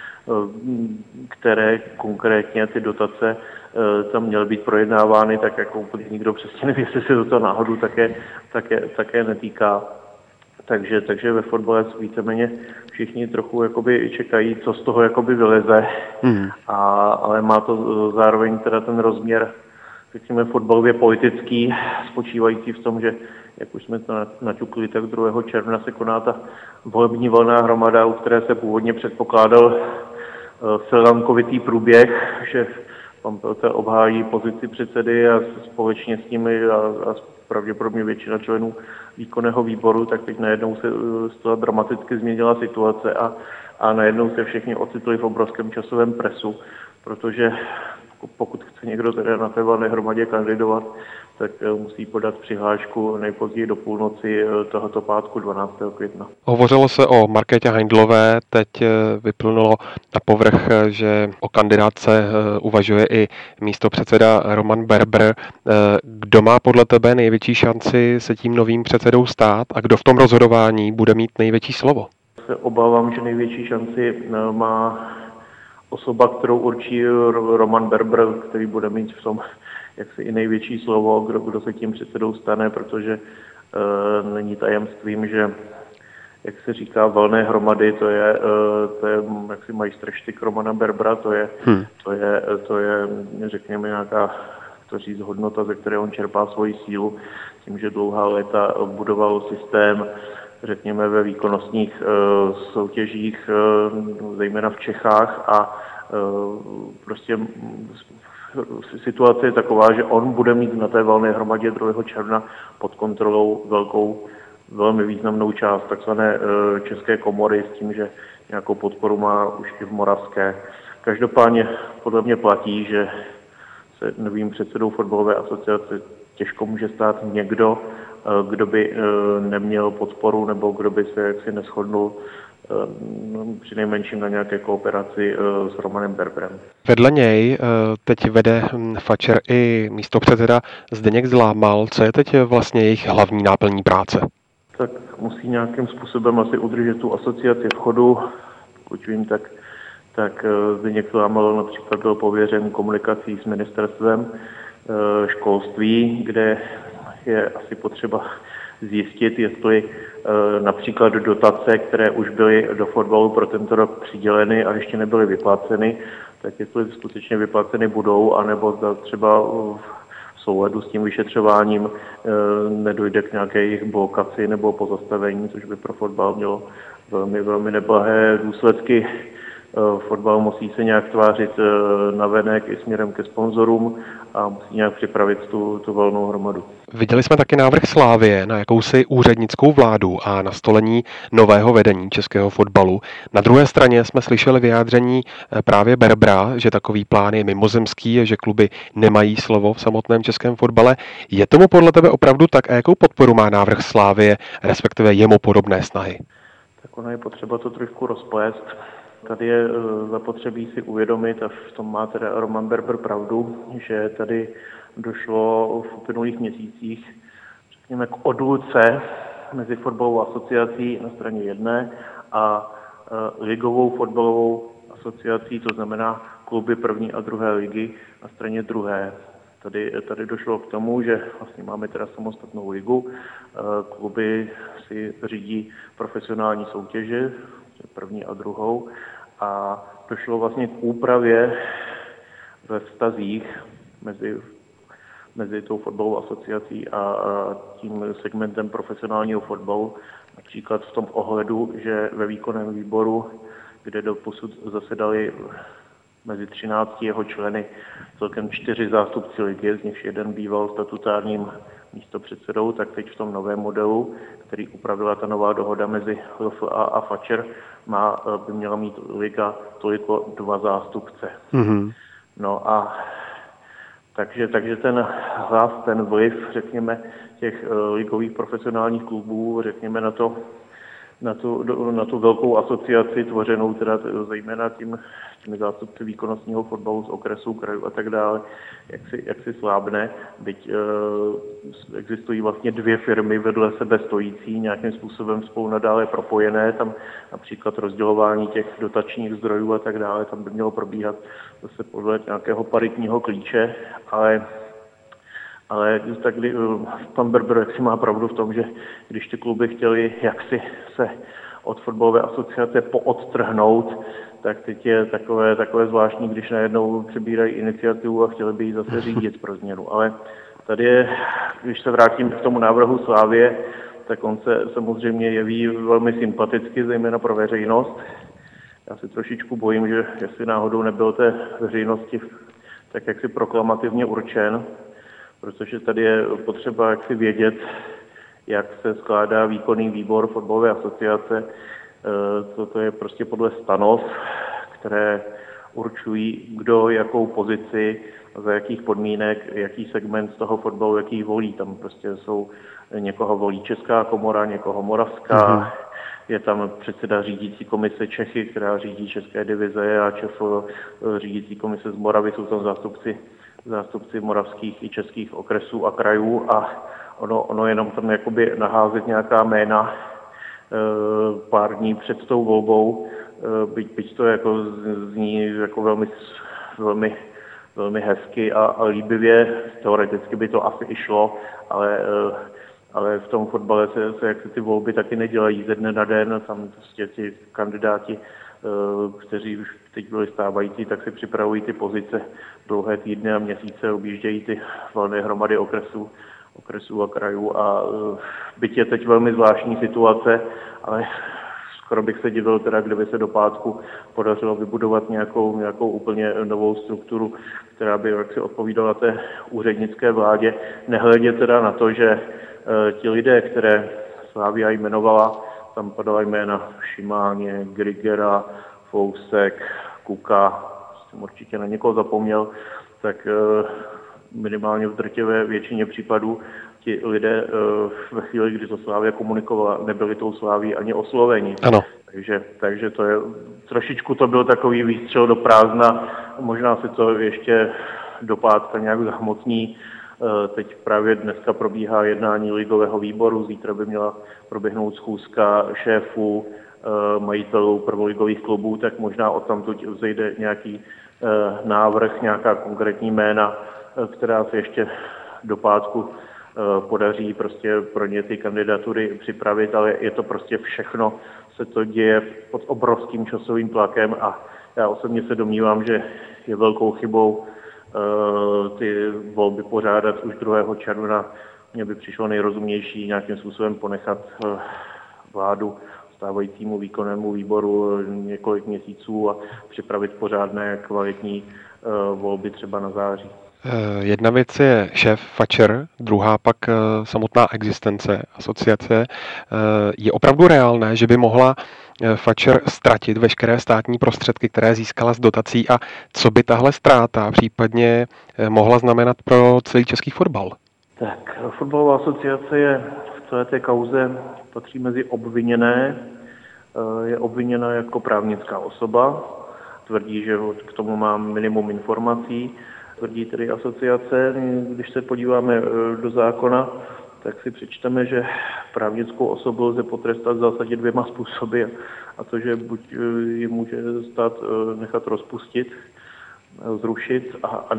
S8: které konkrétně ty dotace tam měly být projednávány, tak jako úplně nikdo přesně neví, jestli se to náhodou také netýká. Takže ve fotbale víceméně všichni trochu jakoby čekají, co z toho jakoby vyleze, ale má to zároveň teda ten rozměr, řekněme, fotbalově politický, spočívající v tom, že, jak už jsme to naťukli, tak 2. června se koná ta volební valná hromada, u které se původně předpokládal selankovitý průběh, že pan Pelta obhájí pozici předsedy a společně s nimi a pravděpodobně většina členů výkonného výboru, tak teď najednou se zcela dramaticky změnila situace a najednou se všichni ocitli v obrovském časovém presu, protože pokud chce někdo teda na té valné hromadě kandidovat, tak musí podat přihlášku nejpozději do půlnoci tohoto pátku 12. května.
S7: Hovořilo se o Markétě Heindlové, teď vyplynulo na povrch, že o kandidátce uvažuje i místopředseda Roman Berber. Kdo má podle tebe největší šanci se tím novým předsedou stát a kdo v tom rozhodování bude mít největší slovo?
S8: Se obávám, že největší šanci má osoba, kterou určí Roman Berber, který bude mít v tom jaksi i největší slovo, kdo se tím předsedou stane, protože není tajemstvím, že, jak se říká, valné hromady, to je jaksi majstrštyk Romana Berbera, to je řekněme nějaká to říct, hodnota, ze které on čerpá svoji sílu, tím, že dlouhá léta budoval systém, řekněme, ve výkonnostních soutěžích, zejména v Čechách, a prostě situace je taková, že on bude mít na té valné hromadě 2. června pod kontrolou velmi významnou část takzvané České komory, s tím, že nějakou podporu má už i v Moravské. Každopádně podle mě platí, že se novým předsedou fotbalové asociace těžko může stát někdo, kdo by neměl podporu nebo kdo by se jaksi neshodnul přinejmenším na nějaké kooperaci s Romanem Berberem.
S7: Vedle něj teď vede Fatscher i místopředseda Zdeněk Zlámal. Co je teď vlastně jejich hlavní náplní práce?
S8: Tak musí nějakým způsobem asi udržet tu asociaci v chodu. Pokud vím, tak Zdeněk Zlámal například byl pověřen komunikací s ministerstvem školství, kde je asi potřeba zjistit, jestli například dotace, které už byly do fotbalu pro tento rok přiděleny a ještě nebyly vypláceny, tak jestli skutečně vypláceny budou, anebo zda třeba v souladu s tím vyšetřováním nedojde k nějaké jejich blokaci nebo pozastavení, což by pro fotbal mělo velmi, velmi neblahé důsledky. Fotbal musí se nějak tvářit navenek i směrem ke sponzorům a musí nějak připravit tu valnou hromadu.
S7: Viděli jsme taky návrh Slávie na jakousi úřednickou vládu a nastolení nového vedení českého fotbalu. Na druhé straně jsme slyšeli vyjádření právě Berbra, že takový plán je mimozemský, že kluby nemají slovo v samotném českém fotbale. Je tomu podle tebe opravdu tak a jakou podporu má návrh Slávie, respektive jemu podobné snahy?
S8: Tak ono je potřeba to trošku rozplést. Tady je zapotřebí si uvědomit, a v tom má teda Roman Berber pravdu, že tady došlo v uplynulých měsících, řekněme, k odluce mezi fotbalovou asociací na straně jedné a ligovou fotbalovou asociací, to znamená kluby první a druhé ligy na straně druhé. Tady došlo k tomu, že vlastně máme teda samostatnou ligu, kluby si řídí profesionální soutěže, první a druhou, a došlo vlastně k úpravě ve vztazích mezi tou fotbalovou asociací a tím segmentem profesionálního fotbalu, například v tom ohledu, že ve výkonném výboru, kde doposud zasedali mezi 13 jeho členy celkem 4 zástupci ligy, z nichž jeden býval statutárním místopředsedou, tak teď v tom novém modelu, který upravila ta nová dohoda mezi LFA a Fatscher, by měla mít liga toliko 2 zástupce. Mm-hmm. No a takže ten hlas, ten vliv, řekněme, těch ligových profesionálních klubů, řekněme, na tu velkou asociaci, tvořenou teda zejména těmi zástupci výkonnostního fotbalu z okresů, krajů a tak dále, jak si slábne, byť existují vlastně 2 firmy vedle sebe stojící, nějakým způsobem spolu nadále propojené, tam například rozdělování těch dotačních zdrojů a tak dále, tam by mělo probíhat zase podle nějakého paritního klíče, ale tak pan Berber jaksi má pravdu v tom, že když ty kluby chtěli jaksi se od fotbalové asociace poodtrhnout, tak teď je takové zvláštní, když najednou přebírají iniciativu a chtěli by ji zase řídit pro změnu. Ale tady je, když se vrátím k tomu návrhu Slávie, tak on se samozřejmě jeví velmi sympaticky, zejména pro veřejnost. Já se trošičku bojím, že jestli náhodou nebyl té veřejnosti tak jaksi proklamativně určen, protože tady je potřeba jaksi vědět, jak se skládá výkonný výbor fotbalové asociace. To je prostě podle stanov, které určují, kdo jakou pozici, za jakých podmínek, jaký segment z toho fotbalu, jaký volí. Tam prostě někoho volí Česká komora, někoho Moravská. Je tam předseda řídící komise Čechy, která řídí české divize, a řídící komise z Moravy, jsou tam zástupci moravských i českých okresů a krajů, a ono jenom tam jakoby naházet nějaká jména pár dní před tou volbou, byť to jako zní jako velmi, velmi, velmi hezky a líbivě, teoreticky by to asi i šlo, ale v tom fotbale se jak se ty volby taky nedělají ze dne na den, tam prostě ti kandidáti, kteří teď byli stávající, tak si připravují ty pozice dlouhé týdny a měsíce, objíždějí ty valné hromady okresů a krajů a byť je teď velmi zvláštní situace, ale skoro bych se divil teda, kdyby se do pátku podařilo vybudovat nějakou úplně novou strukturu, která by jaksi odpovídala té úřednické vládě, nehledě teda na to, že ti lidé, které Slavia jmenovala, tam padala jména Šimáně, Grigera, Fousek, Kuka, jsem určitě na někoho zapomněl, tak minimálně v drtivé většině případů ti lidé ve chvíli, kdy to Slavia komunikovala, nebyli tou Slavií ani osloveni.
S7: Ano.
S8: Takže to je, trošičku to byl takový výstřel do prázdna, možná se to ještě do pátka nějak zahmotní. Teď právě dneska probíhá jednání ligového výboru, zítra by měla proběhnout schůzka šéfů, majitelů prvoligových klubů, tak možná odtamtud vzejde nějaký návrh, nějaká konkrétní jména, která se ještě do pátku podaří prostě pro ně ty kandidatury připravit, ale je to prostě všechno, se to děje pod obrovským časovým tlakem a já osobně se domnívám, že je velkou chybou ty volby pořádat už 2. června. Mně by přišlo nejrozumnější nějakým způsobem ponechat vládu stávajícímu výkonnému výboru několik měsíců a připravit pořádné kvalitní volby třeba na září.
S7: Jedna věc je šéf Fatcher, druhá pak samotná existence asociace. Je opravdu reálné, že by mohla Fatcher ztratit veškeré státní prostředky, které získala z dotací a co by tahle ztráta případně mohla znamenat pro celý český fotbal?
S8: Tak, fotbalová asociace je v celé té kauze patří mezi obviněné, je obviněna jako právnická osoba, tvrdí, že k tomu mám minimum informací, tvrdí tedy asociace. Když se podíváme do zákona, tak si přečteme, že právnickou osobu lze potrestat v zásadě 2 způsoby, a to, že buď ji může stát nechat rozpustit, zrušit,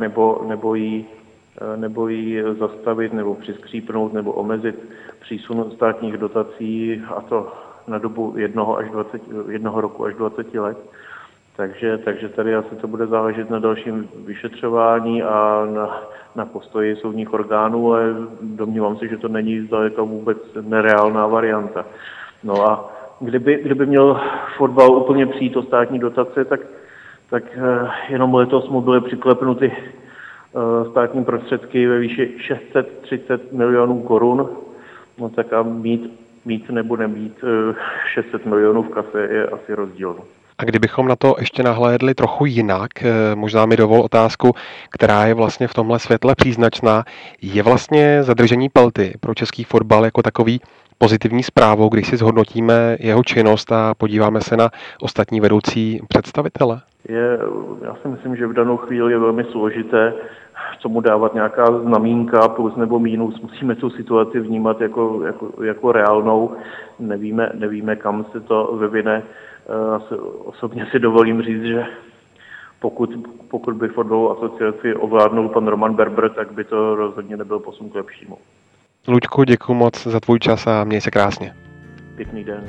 S8: nebo ji zastavit, nebo přiskřípnout, nebo omezit přísun státních dotací, a to na dobu 1 roku až 20 let. Takže tady asi to bude záležet na dalším vyšetřování a na postoji soudních orgánů, ale domnívám se, že to není zdaleka vůbec nereálná varianta. No a kdyby měl fotbal úplně přijít o státní dotace, tak jenom letos mu byly přiklepnuty státní prostředky ve výši 630 milionů korun, no tak a mít nebo nemít 600 milionů v kase je asi rozdíl.
S7: A kdybychom na to ještě nahlédli trochu jinak, možná mi dovol otázku, která je vlastně v tomhle světle příznačná, je vlastně zadržení Pelty pro český fotbal jako takový pozitivní zprávou, když si zhodnotíme jeho činnost a podíváme se na ostatní vedoucí představitele?
S8: Já si myslím, že v danou chvíli je velmi složité tomu dávat nějaká znamínka plus nebo mínus. Musíme tu situaci vnímat jako reálnou. Nevíme, kam se to vyvine. Osobně si dovolím říct, že pokud by fotbalovou asociaci ovládnul pan Roman Berber, tak by to rozhodně nebyl posun k lepšímu.
S7: Luďku, děkuji moc za tvůj čas a měj se krásně.
S8: Pěkný den.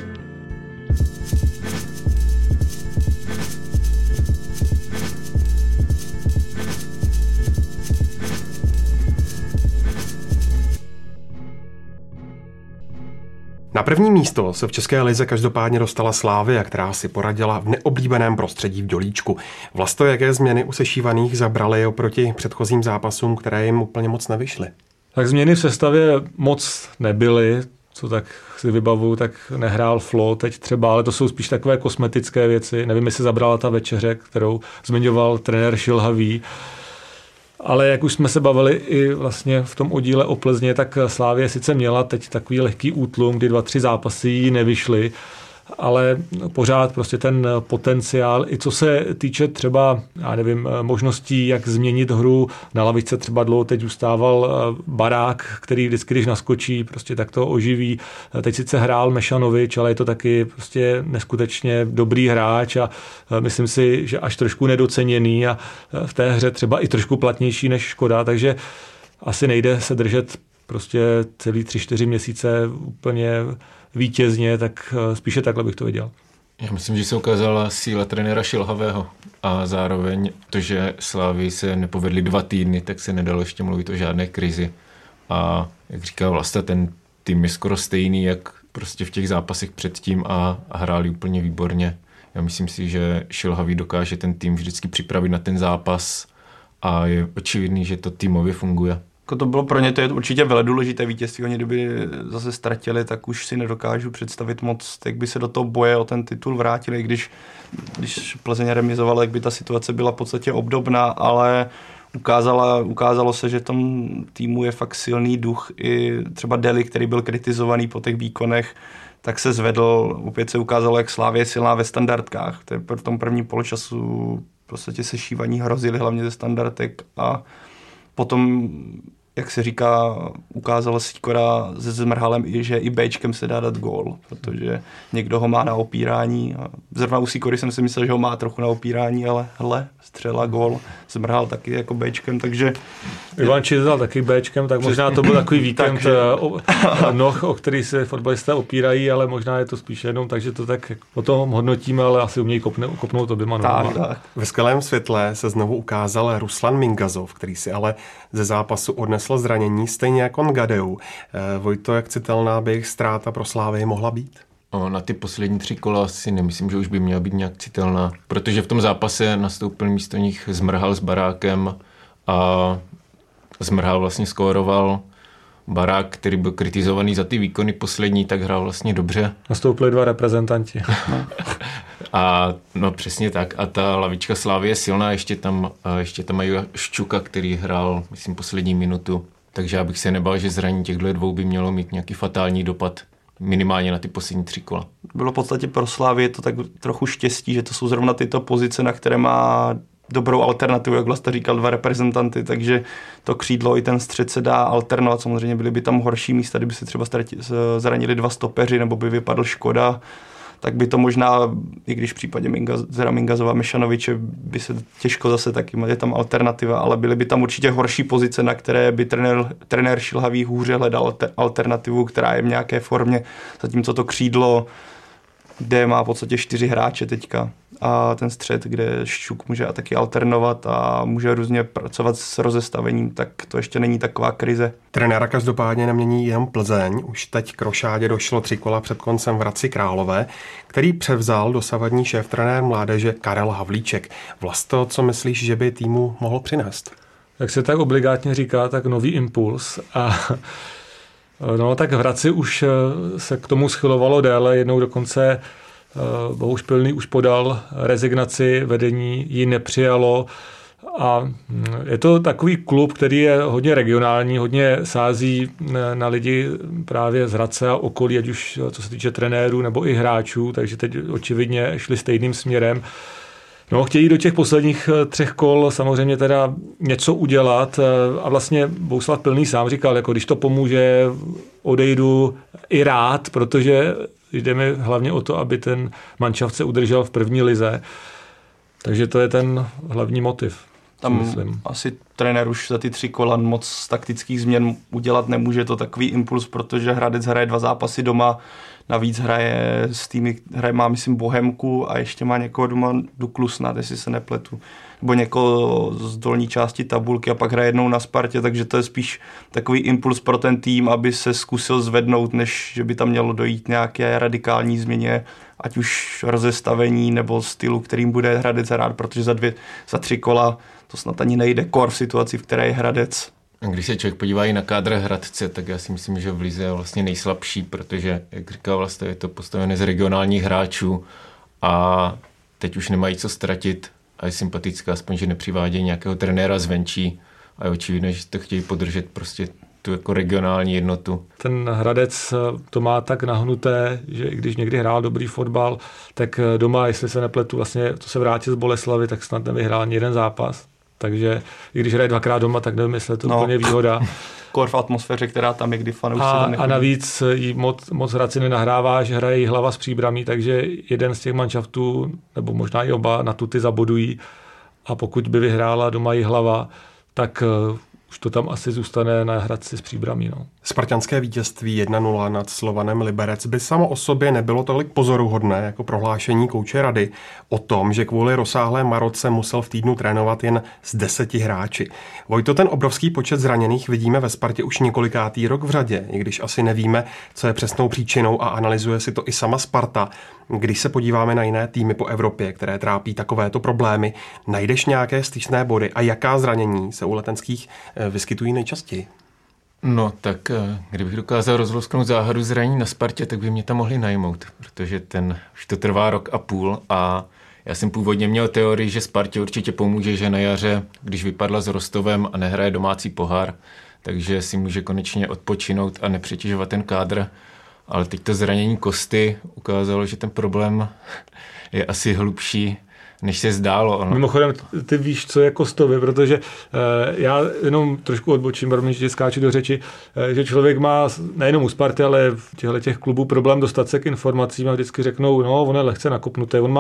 S4: Na první místo se v české lize každopádně dostala Slavia, která si poradila v neoblíbeném prostředí v Dělíčku. Vlasto, jaké změny u sešívaných zabraly oproti předchozím zápasům, které jim úplně moc nevyšly?
S3: Tak změny v sestavě moc nebyly, co tak si vybavuju, tak nehrál Flo teď třeba, ale to jsou spíš takové kosmetické věci. Nevím, jestli zabrala ta večeře, kterou zmiňoval trenér Šilhavý. Ale jak už jsme se bavili i vlastně v tom oddíle o Plzně, tak Slavie sice měla teď takový lehký útlum, kdy 2-3 zápasy jí nevyšly, ale pořád prostě ten potenciál, i co se týče třeba, já nevím, možností, jak změnit hru, na lavičce třeba dlouho teď zůstával Barák, který vždycky, když naskočí, prostě tak to oživí. Teď sice hrál Mešanovič, ale je to taky prostě neskutečně dobrý hráč a myslím si, že až trošku nedoceněný a v té hře třeba i trošku platnější než Škoda, takže asi nejde se držet prostě celý 3-4 měsíce úplně vítězně, tak spíše takhle bych to viděl.
S6: Já myslím, že se ukázala síla trenéra Šilhavého a zároveň to, že Slávii se nepovedly 2 týdny, tak se nedalo ještě mluvit o žádné krizi. A jak říká Vlasta, ten tým je skoro stejný, jak prostě v těch zápasech předtím a hráli úplně výborně. Já myslím si, že Šilhavý dokáže ten tým vždycky připravit na ten zápas a je očividný, že to týmově funguje.
S5: To bylo pro ně, to je určitě veledůležité vítězství. Oni kdyby zase ztratili, tak už si nedokážu představit moc, jak by se do toho boje o ten titul vrátili, když Plzeň remizovala, jak by ta situace byla v podstatě obdobná, ale ukázalo se, že v tom týmu je fakt silný duch. I třeba Deli, který byl kritizovaný po těch výkonech, tak se zvedl. Opět se ukázalo, jak Slavie je silná ve standardkách. V tom prvním poločasu v podstatě sešívaní hrozily hlavně ze standardek a potom, jak se říká, ukázalo Sikora se Zmrhalem, že i Bčkem se dá dát gól, protože někdo ho má na opírání. A zrovna u Sikory jsem si myslel, že ho má trochu na opírání, ale střela, gól, Zmrhal taky jako Bčkem, takže...
S3: Ivan Čizal taky Bčkem, tak možná to byl takový víkend noh, o který se fotbalisté opírají, ale možná je to spíš jenom, takže to tak o tom hodnotíme, ale asi umějí kopnout oběma nohama.
S5: Tak.
S4: Ve skvělém světle se znovu ukázal Ruslan Mingazov, který si ale ze zápasu odnesl zranění, stejně jako Ngadeu. Vojto, jak citelná by jejich ztráta pro Slávii mohla být?
S6: Na ty poslední 3 kola si nemyslím, že už by měla být nějak citelná, protože v tom zápase nastoupil místo nich Zmrhal s Barákem a Zmrhal vlastně skóroval. Barák, který byl kritizovaný za ty výkony poslední, tak hrál vlastně dobře.
S3: Nastoupili 2 reprezentanti.
S6: A no přesně tak. A ta lavička Slávie je silná, ještě tam mají Ščuka, který hrál, myslím, poslední minutu. Takže já bych se nebál, že zranění těchto 2 by mělo mít nějaký fatální dopad minimálně na ty poslední 3 kola.
S5: Bylo v podstatě pro Slávii to tak trochu štěstí, že to jsou zrovna tyto pozice, na které má dobrou alternativu, jak Vlasta říkal, 2 reprezentanty, takže to křídlo i ten střed se dá alternovat. Samozřejmě byly by tam horší místa, kdyby se třeba zranili 2 stopeři, nebo by vypadl Škoda, tak by to možná, i když v případě Mingazova Mešanoviče by se těžko zase taky, je tam alternativa, ale byly by tam určitě horší pozice, na které by trenér Šilhavý hůře hledal alternativu, která je v nějaké formě, zatímco to křídlo, kde má v podstatě 4 hráče teďka a ten střed, kde Ščuk může taky alternovat a může různě pracovat s rozestavením, tak to ještě není taková krize.
S4: Trenéra každopádně nemění jenom Plzeň. Už teď k rošádě došlo 3 kola před koncem v Hradci Králové, který převzal dosavadní šéftrenér mládeže Karel Havlíček. Vlasto, co myslíš, že by týmu mohl přinést?
S3: Jak se tak obligátně říká, tak nový impuls a no, tak v Hradci už se k tomu schylovalo déle, jednou dokonce Bohuš Pilný už podal rezignaci, vedení ji nepřijalo a je to takový klub, který je hodně regionální, hodně sází na lidi právě z Hradce a okolí, ať už co se týče trenérů nebo i hráčů, takže teď očividně šli stejným směrem. No, chtějí do těch posledních 3 kol samozřejmě teda něco udělat a vlastně Bohuslav Pilný sám říkal, jako když to pomůže, odejdu i rád, protože jde mi hlavně o to, aby ten manšaft se udržel v první lize. Takže to je ten hlavní motiv.
S5: Tam
S3: myslím.
S5: Asi trenér už za ty 3 kola moc taktických změn udělat nemůže, to takový impuls, protože Hradec hraje 2 zápasy doma, navíc hraje s týmy, má myslím Bohemku a ještě má někoho doma Duklu snad, jestli se nepletu, nebo někoho z dolní části tabulky a pak hraje jednou na Spartě, takže to je spíš takový impuls pro ten tým, aby se zkusil zvednout, než že by tam mělo dojít nějaké radikální změně, ať už rozestavení nebo stylu, kterým bude Hradec hrát, protože za 3 kola to snad ani nejde kor v situaci, v které je Hradec.
S6: Když se člověk podívá i na kádr Hradce, tak já si myslím, že v lize je vlastně nejslabší, protože, jak říkal Vlasta, je to postavené z regionálních hráčů a teď už nemají co ztratit a je sympatická, aspoň, že nepřivádějí nějakého trenéra zvenčí a je očividné, že to chtějí podržet prostě tu jako regionální jednotu.
S3: Ten Hradec to má tak nahnuté, že i když někdy hrál dobrý fotbal, tak doma, jestli se nepletu, vlastně to se vrátil z Boleslavy, tak snad nevyhrál ani jeden zápas. Takže i když hraje 2krát doma, tak nevím, jestli je to úplně výhoda.
S5: Kor v atmosféře, která tam je, kdy fanoušci tam nechodí.
S3: A navíc jí moc Hradci nenahrává, že hraje Jihlava s Příbramí, takže jeden z těch manšaftů, nebo možná i oba, na tuty zabodují. A pokud by vyhrála doma Jihlava, tak už to tam asi zůstane na Hradci s Příbramí. No.
S4: Spartanské vítězství 1-0 nad Slovanem Liberec by samo o sobě nebylo tolik pozoruhodné jako prohlášení kouče Rady o tom, že kvůli rozsáhlé maroce musel v týdnu trénovat jen s 10 hráči. Vojto, ten obrovský počet zraněných vidíme ve Spartě už několikátý rok v řadě, i když asi nevíme, co je přesnou příčinou a analyzuje si to i sama Sparta. Když se podíváme na jiné týmy po Evropě, které trápí takovéto problémy, najdeš nějaké styčné body a jaká zranění se u Letenských vyskytují nejčastěji?
S6: No tak kdybych dokázal rozlousknout záhadu zranění na Spartě, tak by mě tam mohli najmout, protože už to trvá rok a půl a já jsem původně měl teorii, že Spartě určitě pomůže, že na jaře, když vypadla s Rostovem a nehraje domácí pohár, takže si může konečně odpočinout a nepřetěžovat ten kádr. Ale teď to zranění kosty ukázalo, že ten problém je asi hlubší, než se zdálo. Ono.
S3: Mimochodem, ty víš, co je kostově, protože já jenom trošku odbočím, že skáču do řeči, že člověk má nejenom u Sparty, ale v těch klubů problém dostat se k informacím a vždycky řeknou, no, on je lehce nakopnutý, on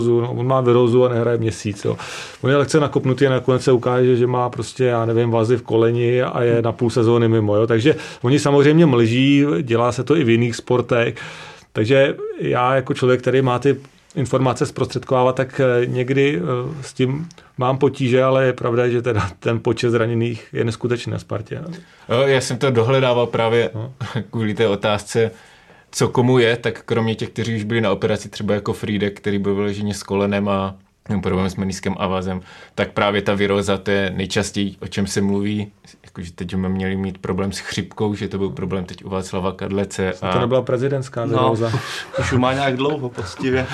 S3: má virózu a nehraje měsíc. Jo. On je lehce nakopnutý a nakonec se ukáže, že má prostě, já nevím, vazy v koleni a je na půl sezóny mimo. Jo. Takže oni samozřejmě mlží, dělá se to i v jiných sportech. Takže já jako člověk, který má ty informace zprostředkovávat, tak někdy s tím mám potíže, ale je pravda, že teda ten počet zraněných je neskutečný na Spartě.
S6: Já jsem to dohledával právě kvůli té otázce, co komu je, tak kromě těch, kteří už byli na operaci, třeba jako Friedek, který byl vyloženě s kolenem a problém s meniskem a vazem, tak právě ta viróza, to je nejčastěji, o čem se mluví, jakože teď jsme měli mít problém s chřipkou, že to byl problém teď u Václava Kadlece.
S3: To nebyla prezidentská viróza.
S5: No, už má nějak dlouho, poctivě.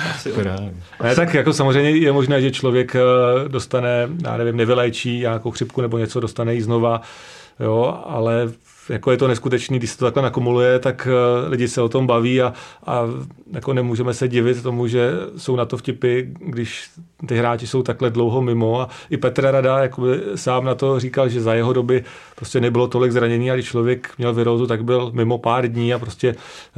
S3: Ne, tak jako samozřejmě je možné, že člověk dostane, já nevím, nevyléčí nějakou chřipku nebo něco, dostane jí znova, jo, ale jako je to neskutečný, když se to takhle nakumuluje, tak lidi se o tom baví a jako nemůžeme se divit tomu, že jsou na to vtipy, když ty hráči jsou takhle dlouho mimo a i Petr Rada jakoby sám na to říkal, že za jeho doby prostě nebylo tolik zranění a když člověk měl virózu, tak byl mimo pár dní a prostě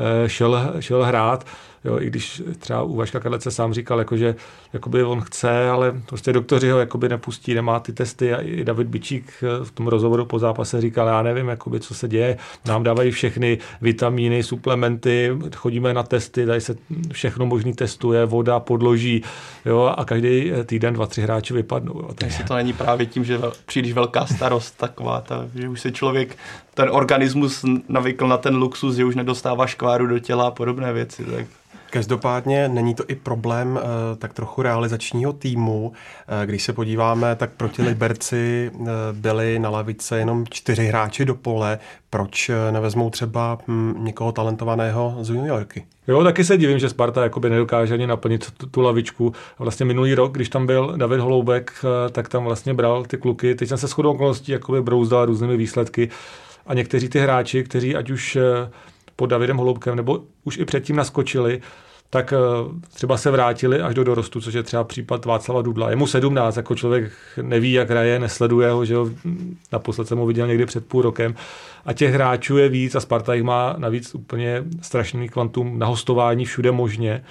S3: šel hrát. Jo, i když třeba u Vaška Kadlece sám říkal, jakože jakoby on chce, ale prostě doktoři ho jakoby nepustí, nemá ty testy a i David Bičík v tom rozhovoru po zápase říkal, já nevím, jakoby, co se děje, nám dávají všechny vitamíny, suplementy, chodíme na testy, tady se všechno možný testuje, voda, podloží, jo, a každý týden 2-3 hráči vypadnou. Jo,
S5: takže to není právě tím, že příliš velká starost taková, že už se člověk, ten organismus navykl na ten luxus, že už nedostává škváru do těla a podobné věci, tak.
S4: Každopádně není to i problém tak trochu realizačního týmu. Když se podíváme, tak proti Liberci byli na lavice jenom 4 hráči do pole. Proč nevezmou třeba někoho talentovaného z juniorky?
S3: Jo, taky se divím, že Sparta jakoby nedokáže ani naplnit tu lavičku. Vlastně minulý rok, když tam byl David Holoubek, tak tam vlastně bral ty kluky. Teď jsem se shodou okolností jakoby brouzdal různými výsledky a někteří ty hráči, kteří ať už pod Davidem Holoubkem nebo už i předtím naskočili, tak třeba se vrátili až do dorostu, což je třeba případ Václava Dudla. Je mu 17, jako člověk neví, jak hraje, nesleduje ho, že jo, naposled jsem ho viděl někdy před půl rokem. A těch hráčů je víc a Sparta jich má navíc úplně strašný kvantum na hostování všude možně.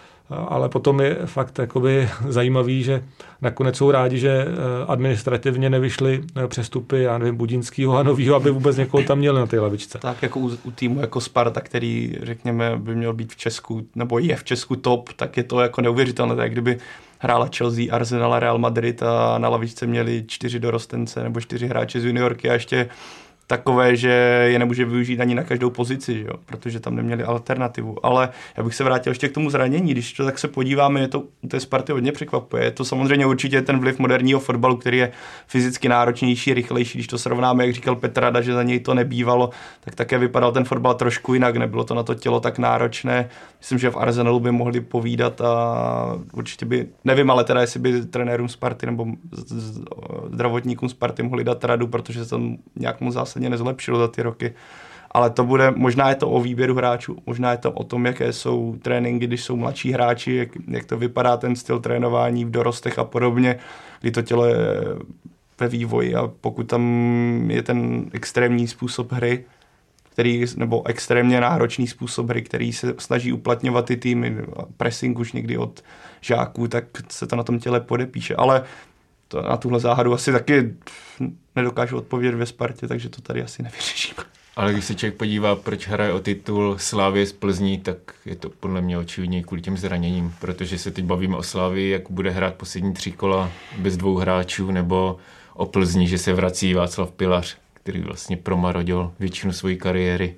S3: Ale potom je fakt jakoby zajímavý, že nakonec jsou rádi, že administrativně nevyšly přestupy, já nevím, Budinskýho a Novýho, aby vůbec někoho tam měli na té lavičce.
S5: Tak jako u týmu jako Sparta, který, řekněme, by měl být v Česku, nebo je v Česku top, tak je to jako neuvěřitelné, tak kdyby hrála Chelsea, Arsenal a Real Madrid a na lavičce měli 4 dorostence nebo 4 hráče z juniorky a ještě takové, že je nemůže využít ani na každou pozici, jo? Protože tam neměli alternativu. Ale já bych se vrátil ještě k tomu zranění. Když to tak se podíváme, je to u té Sparty hodně překvapuje. Je to samozřejmě určitě ten vliv moderního fotbalu, který je fyzicky náročnější, rychlejší. Když to srovnáme, jak říkal Petr Rada, že za něj to nebývalo, tak také vypadal ten fotbal trošku jinak. Nebylo to na to tělo tak náročné. Myslím, že v Arsenalu by mohli povídat a určitě by, nevím, ale teda jestli by trenérům Sparty nebo zdravotníkům Sparty mohli dát radu, protože se tam nějak moc zásadně nezlepšilo za ty roky. Ale to bude, možná je to o výběru hráčů, možná je to o tom, jaké jsou tréninky, když jsou mladší hráči, jak to vypadá ten styl trénování v dorostech a podobně, kdy to tělo je ve vývoji a pokud tam je ten extrémní způsob hry, nebo extrémně náročný způsob hry, který se snaží uplatňovat ty týmy, pressing už někdy od žáků, tak se to na tom těle podepíše. Ale to na tuhle záhadu asi taky nedokážu odpovědět ve Spartě, takže to tady asi nevyřeším.
S6: Ale když se člověk podívá, proč hraje o titul Slavie z Plzní, tak je to podle mě očividně kvůli těm zraněním, protože se teď bavíme o Slavii, jak bude hrát poslední 3 kola bez 2 hráčů, nebo o Plzni, že se vrací Václav Pilař, který vlastně promarodil většinu své kariéry,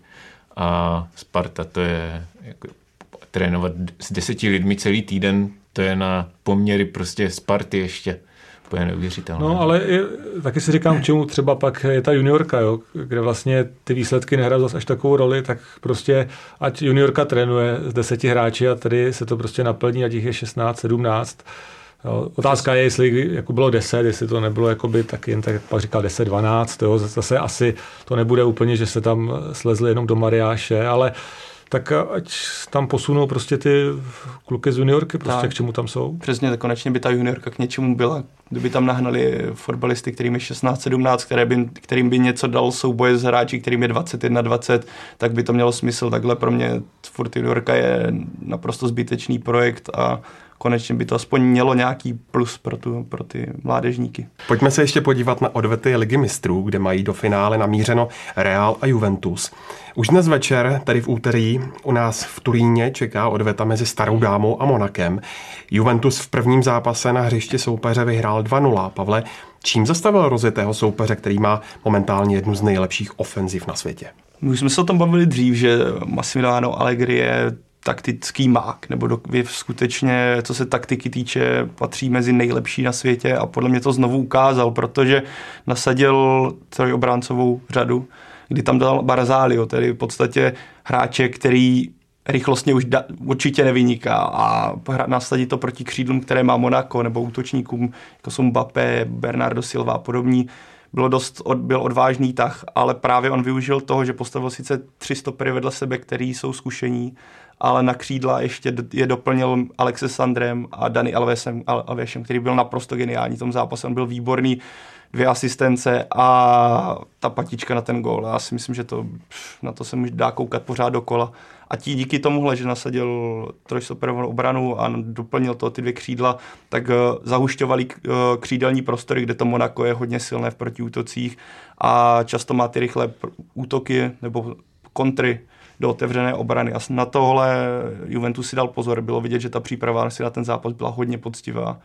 S6: a Sparta, to je jako trénovat s 10 lidmi celý týden, to je na poměry prostě Sparty ještě. To je neuvěřitelné.
S3: No, ale taky si říkám, k čemu třeba pak je ta juniorka, jo, kde vlastně ty výsledky nehrají zase až takovou roli, tak prostě ať juniorka trénuje z 10 hráči a tady se to prostě naplní, ať jich je 16, 17. Jo, otázka je, jestli jako bylo 10, jestli to nebylo jakoby tak jen tak, jak pak říkal 10, 12, jo, zase asi to nebude úplně, že se tam slezli jenom do mariáše, ale tak ať tam posunou prostě ty kluky z juniorky, prostě tak, k čemu tam jsou.
S5: Přesně, tak konečně by ta juniorka k něčemu byla. Kdyby tam nahnali fotbalisty, kterým je 16, 17, kterým by něco dal souboje s hráči, kterým je 21, 20, tak by to mělo smysl. Takhle pro mě furt juniorka je naprosto zbytečný projekt a konečně by to aspoň mělo nějaký plus pro ty mládežníky.
S4: Pojďme se ještě podívat na odvety Ligy mistrů, kde mají do finále namířeno Real a Juventus. Už dnes večer, tedy v úterý, u nás v Turíně čeká odveta mezi Starou Dámou a Monakem. Juventus v prvním zápase na hřišti soupeře vyhrál 2-0. Pavle, čím zastavil rozjetého soupeře, který má momentálně jednu z nejlepších ofenziv na světě?
S5: My už jsme se o tom bavili dřív, že Massimiliano Allegri je taktický mák, nebo skutečně, co se taktiky týče, patří mezi nejlepší na světě a podle mě to znovu ukázal, protože nasadil trojobráncovou řadu, kdy tam dal Barzalio, tedy v podstatě hráče, který rychlostně už určitě nevyniká a nasadit to proti křídlům, které má Monaco, nebo útočníkům, jako jsou Mbappé, Bernardo Silva a podobní, byl odvážný tah, ale právě on využil toho, že postavil sice 3 stopery vedle sebe, který jsou zkušení, ale na křídla ještě je doplnil Alexe Sandrem a Dani Alvešem, který byl naprosto geniální v tom zápase. On byl výborný, 2 asistence a ta patička na ten gól. Já si myslím, že na to se může dá koukat pořád dokola. A díky tomuhle, že nasadil trojstoperovou obranu a doplnil to ty 2 křídla, tak zahušťovali křídelní prostory, kde to Monaco je hodně silné v protiútocích a často má ty rychlé útoky nebo kontry do otevřené obrany. A na tohle Juventus si dal pozor. Bylo vidět, že ta příprava si na ten zápas byla hodně poctivá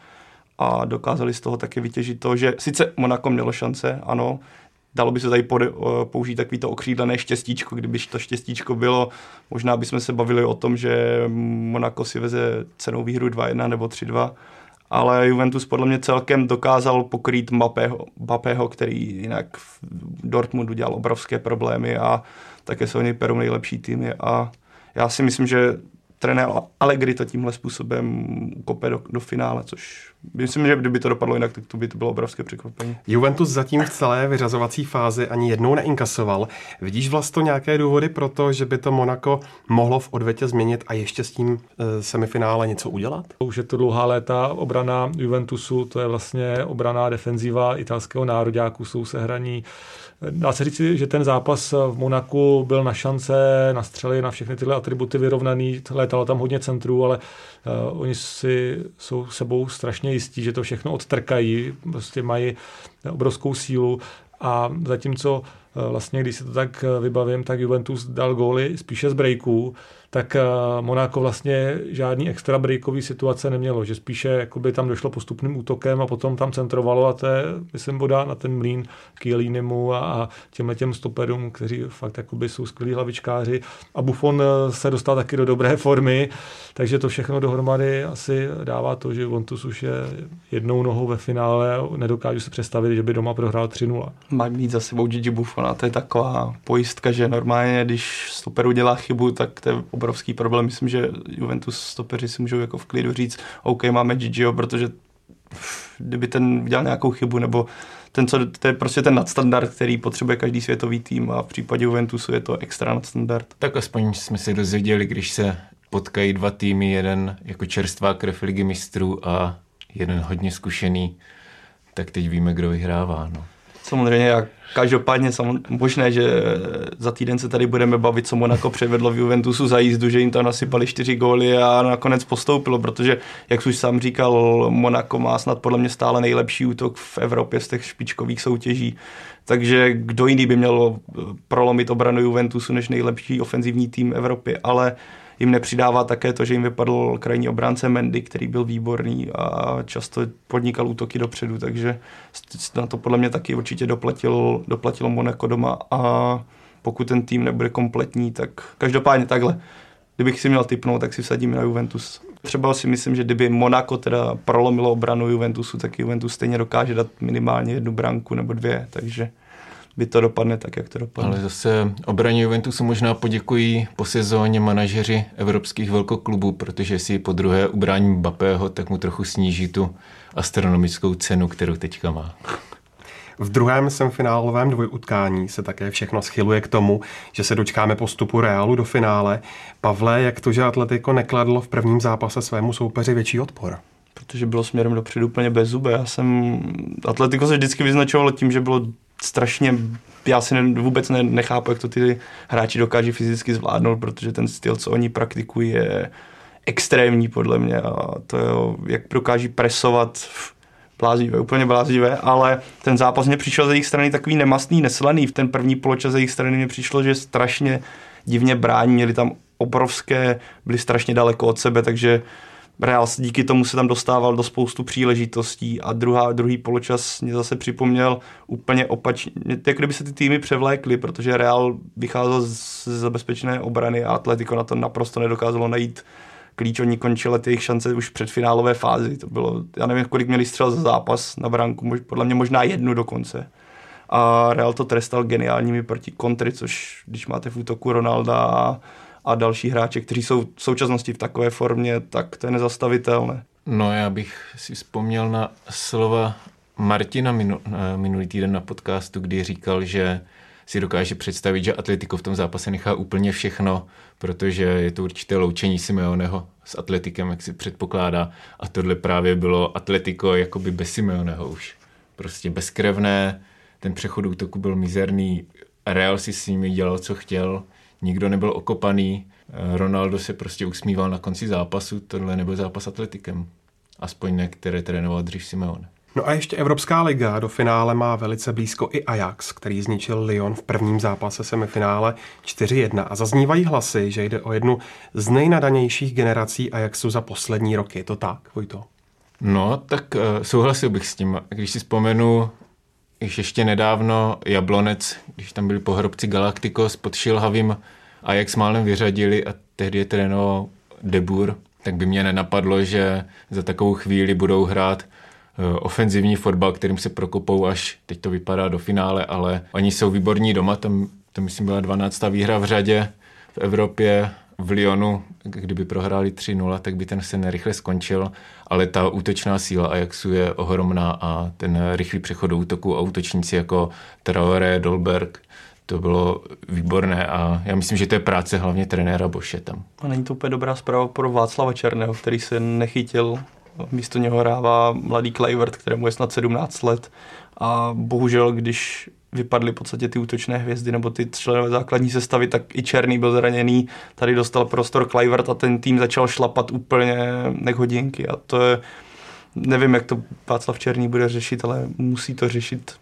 S5: a dokázali z toho taky vytěžit to, že sice Monaco mělo šance, ano, dalo by se tady použít takový to okřídlené štěstíčko, kdyby to štěstíčko bylo, možná bychom se bavili o tom, že Monaco si veze cenou výhru 2-1 nebo 3-2, ale Juventus podle mě celkem dokázal pokrýt Mbappého, který jinak v Dortmundu dělal obrovské problémy a také se o něj perou nejlepší týmy a já si myslím, že trenér Allegri to tímhle způsobem ukope do finále, což myslím, že kdyby to dopadlo jinak, tak to by to bylo obrovské překvapení.
S4: Juventus zatím v celé vyřazovací fázi ani jednou neinkasoval. Vidíš vlastně nějaké důvody pro to, že by to Monaco mohlo v odvetě změnit a ještě s tím semifinále něco udělat?
S3: Už je to dlouhá léta obrana Juventusu, to je vlastně obrana defenziva italského nároďáku, jsou sehraní. Dá se říct, že ten zápas v Monaku byl na šance, na střely, na všechny tyhle atributy vyrovnaný, létalo tam hodně centrů, ale oni jsou sebou strašně jistí, že to všechno odtrkají, prostě mají obrovskou sílu a zatímco vlastně, když si to tak vybavím, tak Juventus dal góly spíše z breaků, tak Monaco vlastně žádný extra breakový situace nemělo, že spíše jakoby tam došlo postupným útokem a potom tam centrovalo a to je, myslím, voda na ten mlýn Chiellinimu a těm stoperům, kteří fakt jakoby jsou skvělí hlavičkáři a Buffon se dostal taky do dobré formy, takže to všechno dohromady asi dává to, že Juventus už je jednou nohou ve finále a nedokážu se představit, že by doma prohrál 3-0.
S5: Má mít za sebou Gigi Buffona, to je taková pojistka, že normálně, když stoper udělá chybu, tak to je obrovský problém. Myslím, že Juventus stopeři si můžou jako v klidu říct, OK, máme Gigiho, protože kdyby ten udělal nějakou chybu, nebo to je prostě ten nadstandard, který potřebuje každý světový tým a v případě Juventusu je to extra nadstandard.
S6: Tak aspoň jsme se dozvěděli, když se potkají 2 týmy, jeden jako čerstvá krev Ligy mistrů a jeden hodně zkušený, tak teď víme, kdo vyhrává. No.
S5: Samozřejmě a každopádně možné, že za týden se tady budeme bavit, co Monako předvedlo v Juventusu za jízdu, že jim tam nasypali 4 góly a nakonec postoupilo, protože, jak už sám říkal, Monako má snad podle mě stále nejlepší útok v Evropě z těch špičkových soutěží. Takže kdo jiný by měl prolomit obranu Juventusu než nejlepší ofenzivní tým Evropy, ale jim nepřidává také to, že jim vypadl krajní obránce Mendy, který byl výborný a často podnikal útoky dopředu, takže na to podle mě taky určitě doplatilo Monako doma a pokud ten tým nebude kompletní, tak každopádně takhle. Kdybych si měl tipnout, tak si vsadím na Juventus. Třeba si myslím, že kdyby Monako teda prolomilo obranu Juventusu, tak Juventus stejně dokáže dát minimálně 1 branku nebo 2, takže by to dopadne tak, jak to dopadne.
S6: Ale zase obraně Juventusu možná poděkují po sezóně manažeři evropských velkoklubů, protože si po druhé ubrání Mbappého, tak mu trochu sníží tu astronomickou cenu, kterou teďka má.
S4: V druhém semifinálovém dvojutkání se také všechno schyluje k tomu, že se dočkáme postupu Realu do finále. Pavle, jak to, že Atletico nekladlo v prvním zápase svému soupeři větší odpor?
S5: Protože bylo směrem dopředu úplně bez zuby. Atletico se vždycky vyznačovalo tím, že bylo strašně, já si vůbec nechápu, jak to ty hráči dokáží fyzicky zvládnout, protože ten styl, co oni praktikují, je extrémní podle mě a to je, jak dokáží presovat, bláznivé, úplně bláznivé, ale ten zápas mě přišel ze jejich strany takový nemastný, neslaný. V ten první poločas ze jejich strany mě přišlo, že strašně divně brání, měli tam obrovské, byli strašně daleko od sebe, takže Real díky tomu se tam dostával do spoustu příležitostí a druhý poločas mě zase připomněl úplně opačně, jako kdyby se ty týmy převlékly, protože Real vycházel z zabezpečené obrany a Atletico na to naprosto nedokázalo najít klíč, oni končili jejich šance už v předfinálové fázi, to bylo, já nevím, kolik měli střel za zápas na branku, podle mě možná 1 dokonce. A Real to trestal geniálními proti kontry, což když máte v útoku Ronalda a další hráče, kteří jsou v současnosti v takové formě, tak to je nezastavitelné.
S6: No, já bych si vzpomněl na slova Martina minulý týden na podcastu, kdy říkal, že si dokáže představit, že Atletico v tom zápase nechá úplně všechno, protože je to určité loučení Simeoneho s Atletikem, jak si předpokládá. A tohle právě bylo Atletico jakoby bez Simeoneho už. Prostě bezkrevné, ten přechod útoku byl mizerný, Real si s nimi dělal, co chtěl, nikdo nebyl okopaný, Ronaldo se prostě usmíval na konci zápasu, tohle nebyl zápas Atletikem. Aspoň ne, které trénoval dřív Simeone.
S4: No a ještě Evropská liga, do finále má velice blízko i Ajax, který zničil Lyon v prvním zápase semifinále 4-1 a zaznívají hlasy, že jde o jednu z nejnadanějších generací Ajaxu za poslední roky. Je to tak, Vojto?
S6: No, tak souhlasil bych s tím. Když si vzpomenu, když ještě nedávno Jablonec, když tam byli pohrobci Galacticos pod Šilhavým Ajax málem vyřadili a tehdy je trénoval De Boer, tak by mě nenapadlo, že za takovou chvíli budou hrát ofenzivní fotbal, kterým se prokopou až, teď to vypadá do finále, ale oni jsou výborní doma, tam to myslím byla 12. výhra v řadě v Evropě, v Lyonu, kdyby prohráli 3-0, tak by ten se nerychle skončil, ale ta útočná síla Ajaxu je ohromná a ten rychlý přechod do útoku a útočníci jako Traoré, Dolberg, to bylo výborné a já myslím, že to je práce hlavně trenéra Boše tam.
S5: A není to úplně dobrá zpráva pro Václava Černého, který se nechytil. Místo něho hrává mladý Kluivert, kterému je snad 17 let a bohužel, když vypadly v podstatě ty útočné hvězdy nebo ty členové základní sestavy, tak i Černý byl zraněný, tady dostal prostor Kluivert a ten tým začal šlapat úplně nehodinky a to je, nevím, jak to Václav Černý bude řešit, ale musí to řešit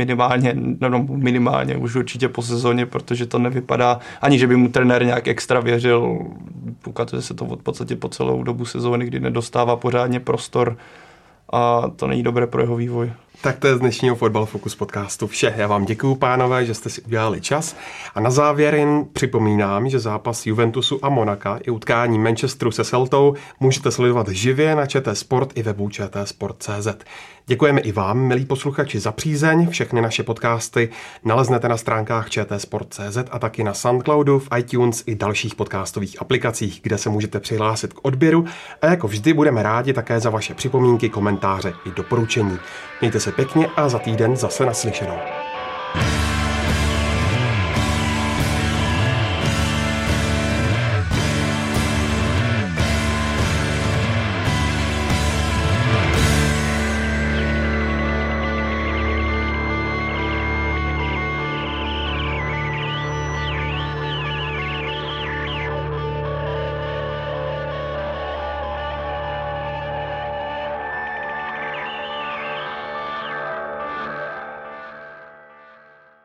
S5: minimálně už určitě po sezóně, protože to nevypadá, ani že by mu trenér nějak extra věřil, ukazuje se to v podstatě po celou dobu sezóny, kdy nedostává pořádně prostor a to není dobré pro jeho vývoj.
S4: Tak to je z dnešního Fotbal Focus podcastu vše. Já vám děkuju, pánové, že jste si udělali čas. A na závěr jen připomínám, že zápas Juventusu a Monaka i utkání Manchesteru se Celtou můžete sledovat živě na ČT Sport i webu čtsport.cz. Děkujeme i vám, milí posluchači, za přízeň. Všechny naše podcasty naleznete na stránkách čtsport.cz a taky na Soundcloudu, v iTunes i dalších podcastových aplikacích, kde se můžete přihlásit k odběru a jako vždy budeme rádi také za vaše připomínky, komentáře i doporučení. Mějte se pěkně a za týden zase naslyšenou.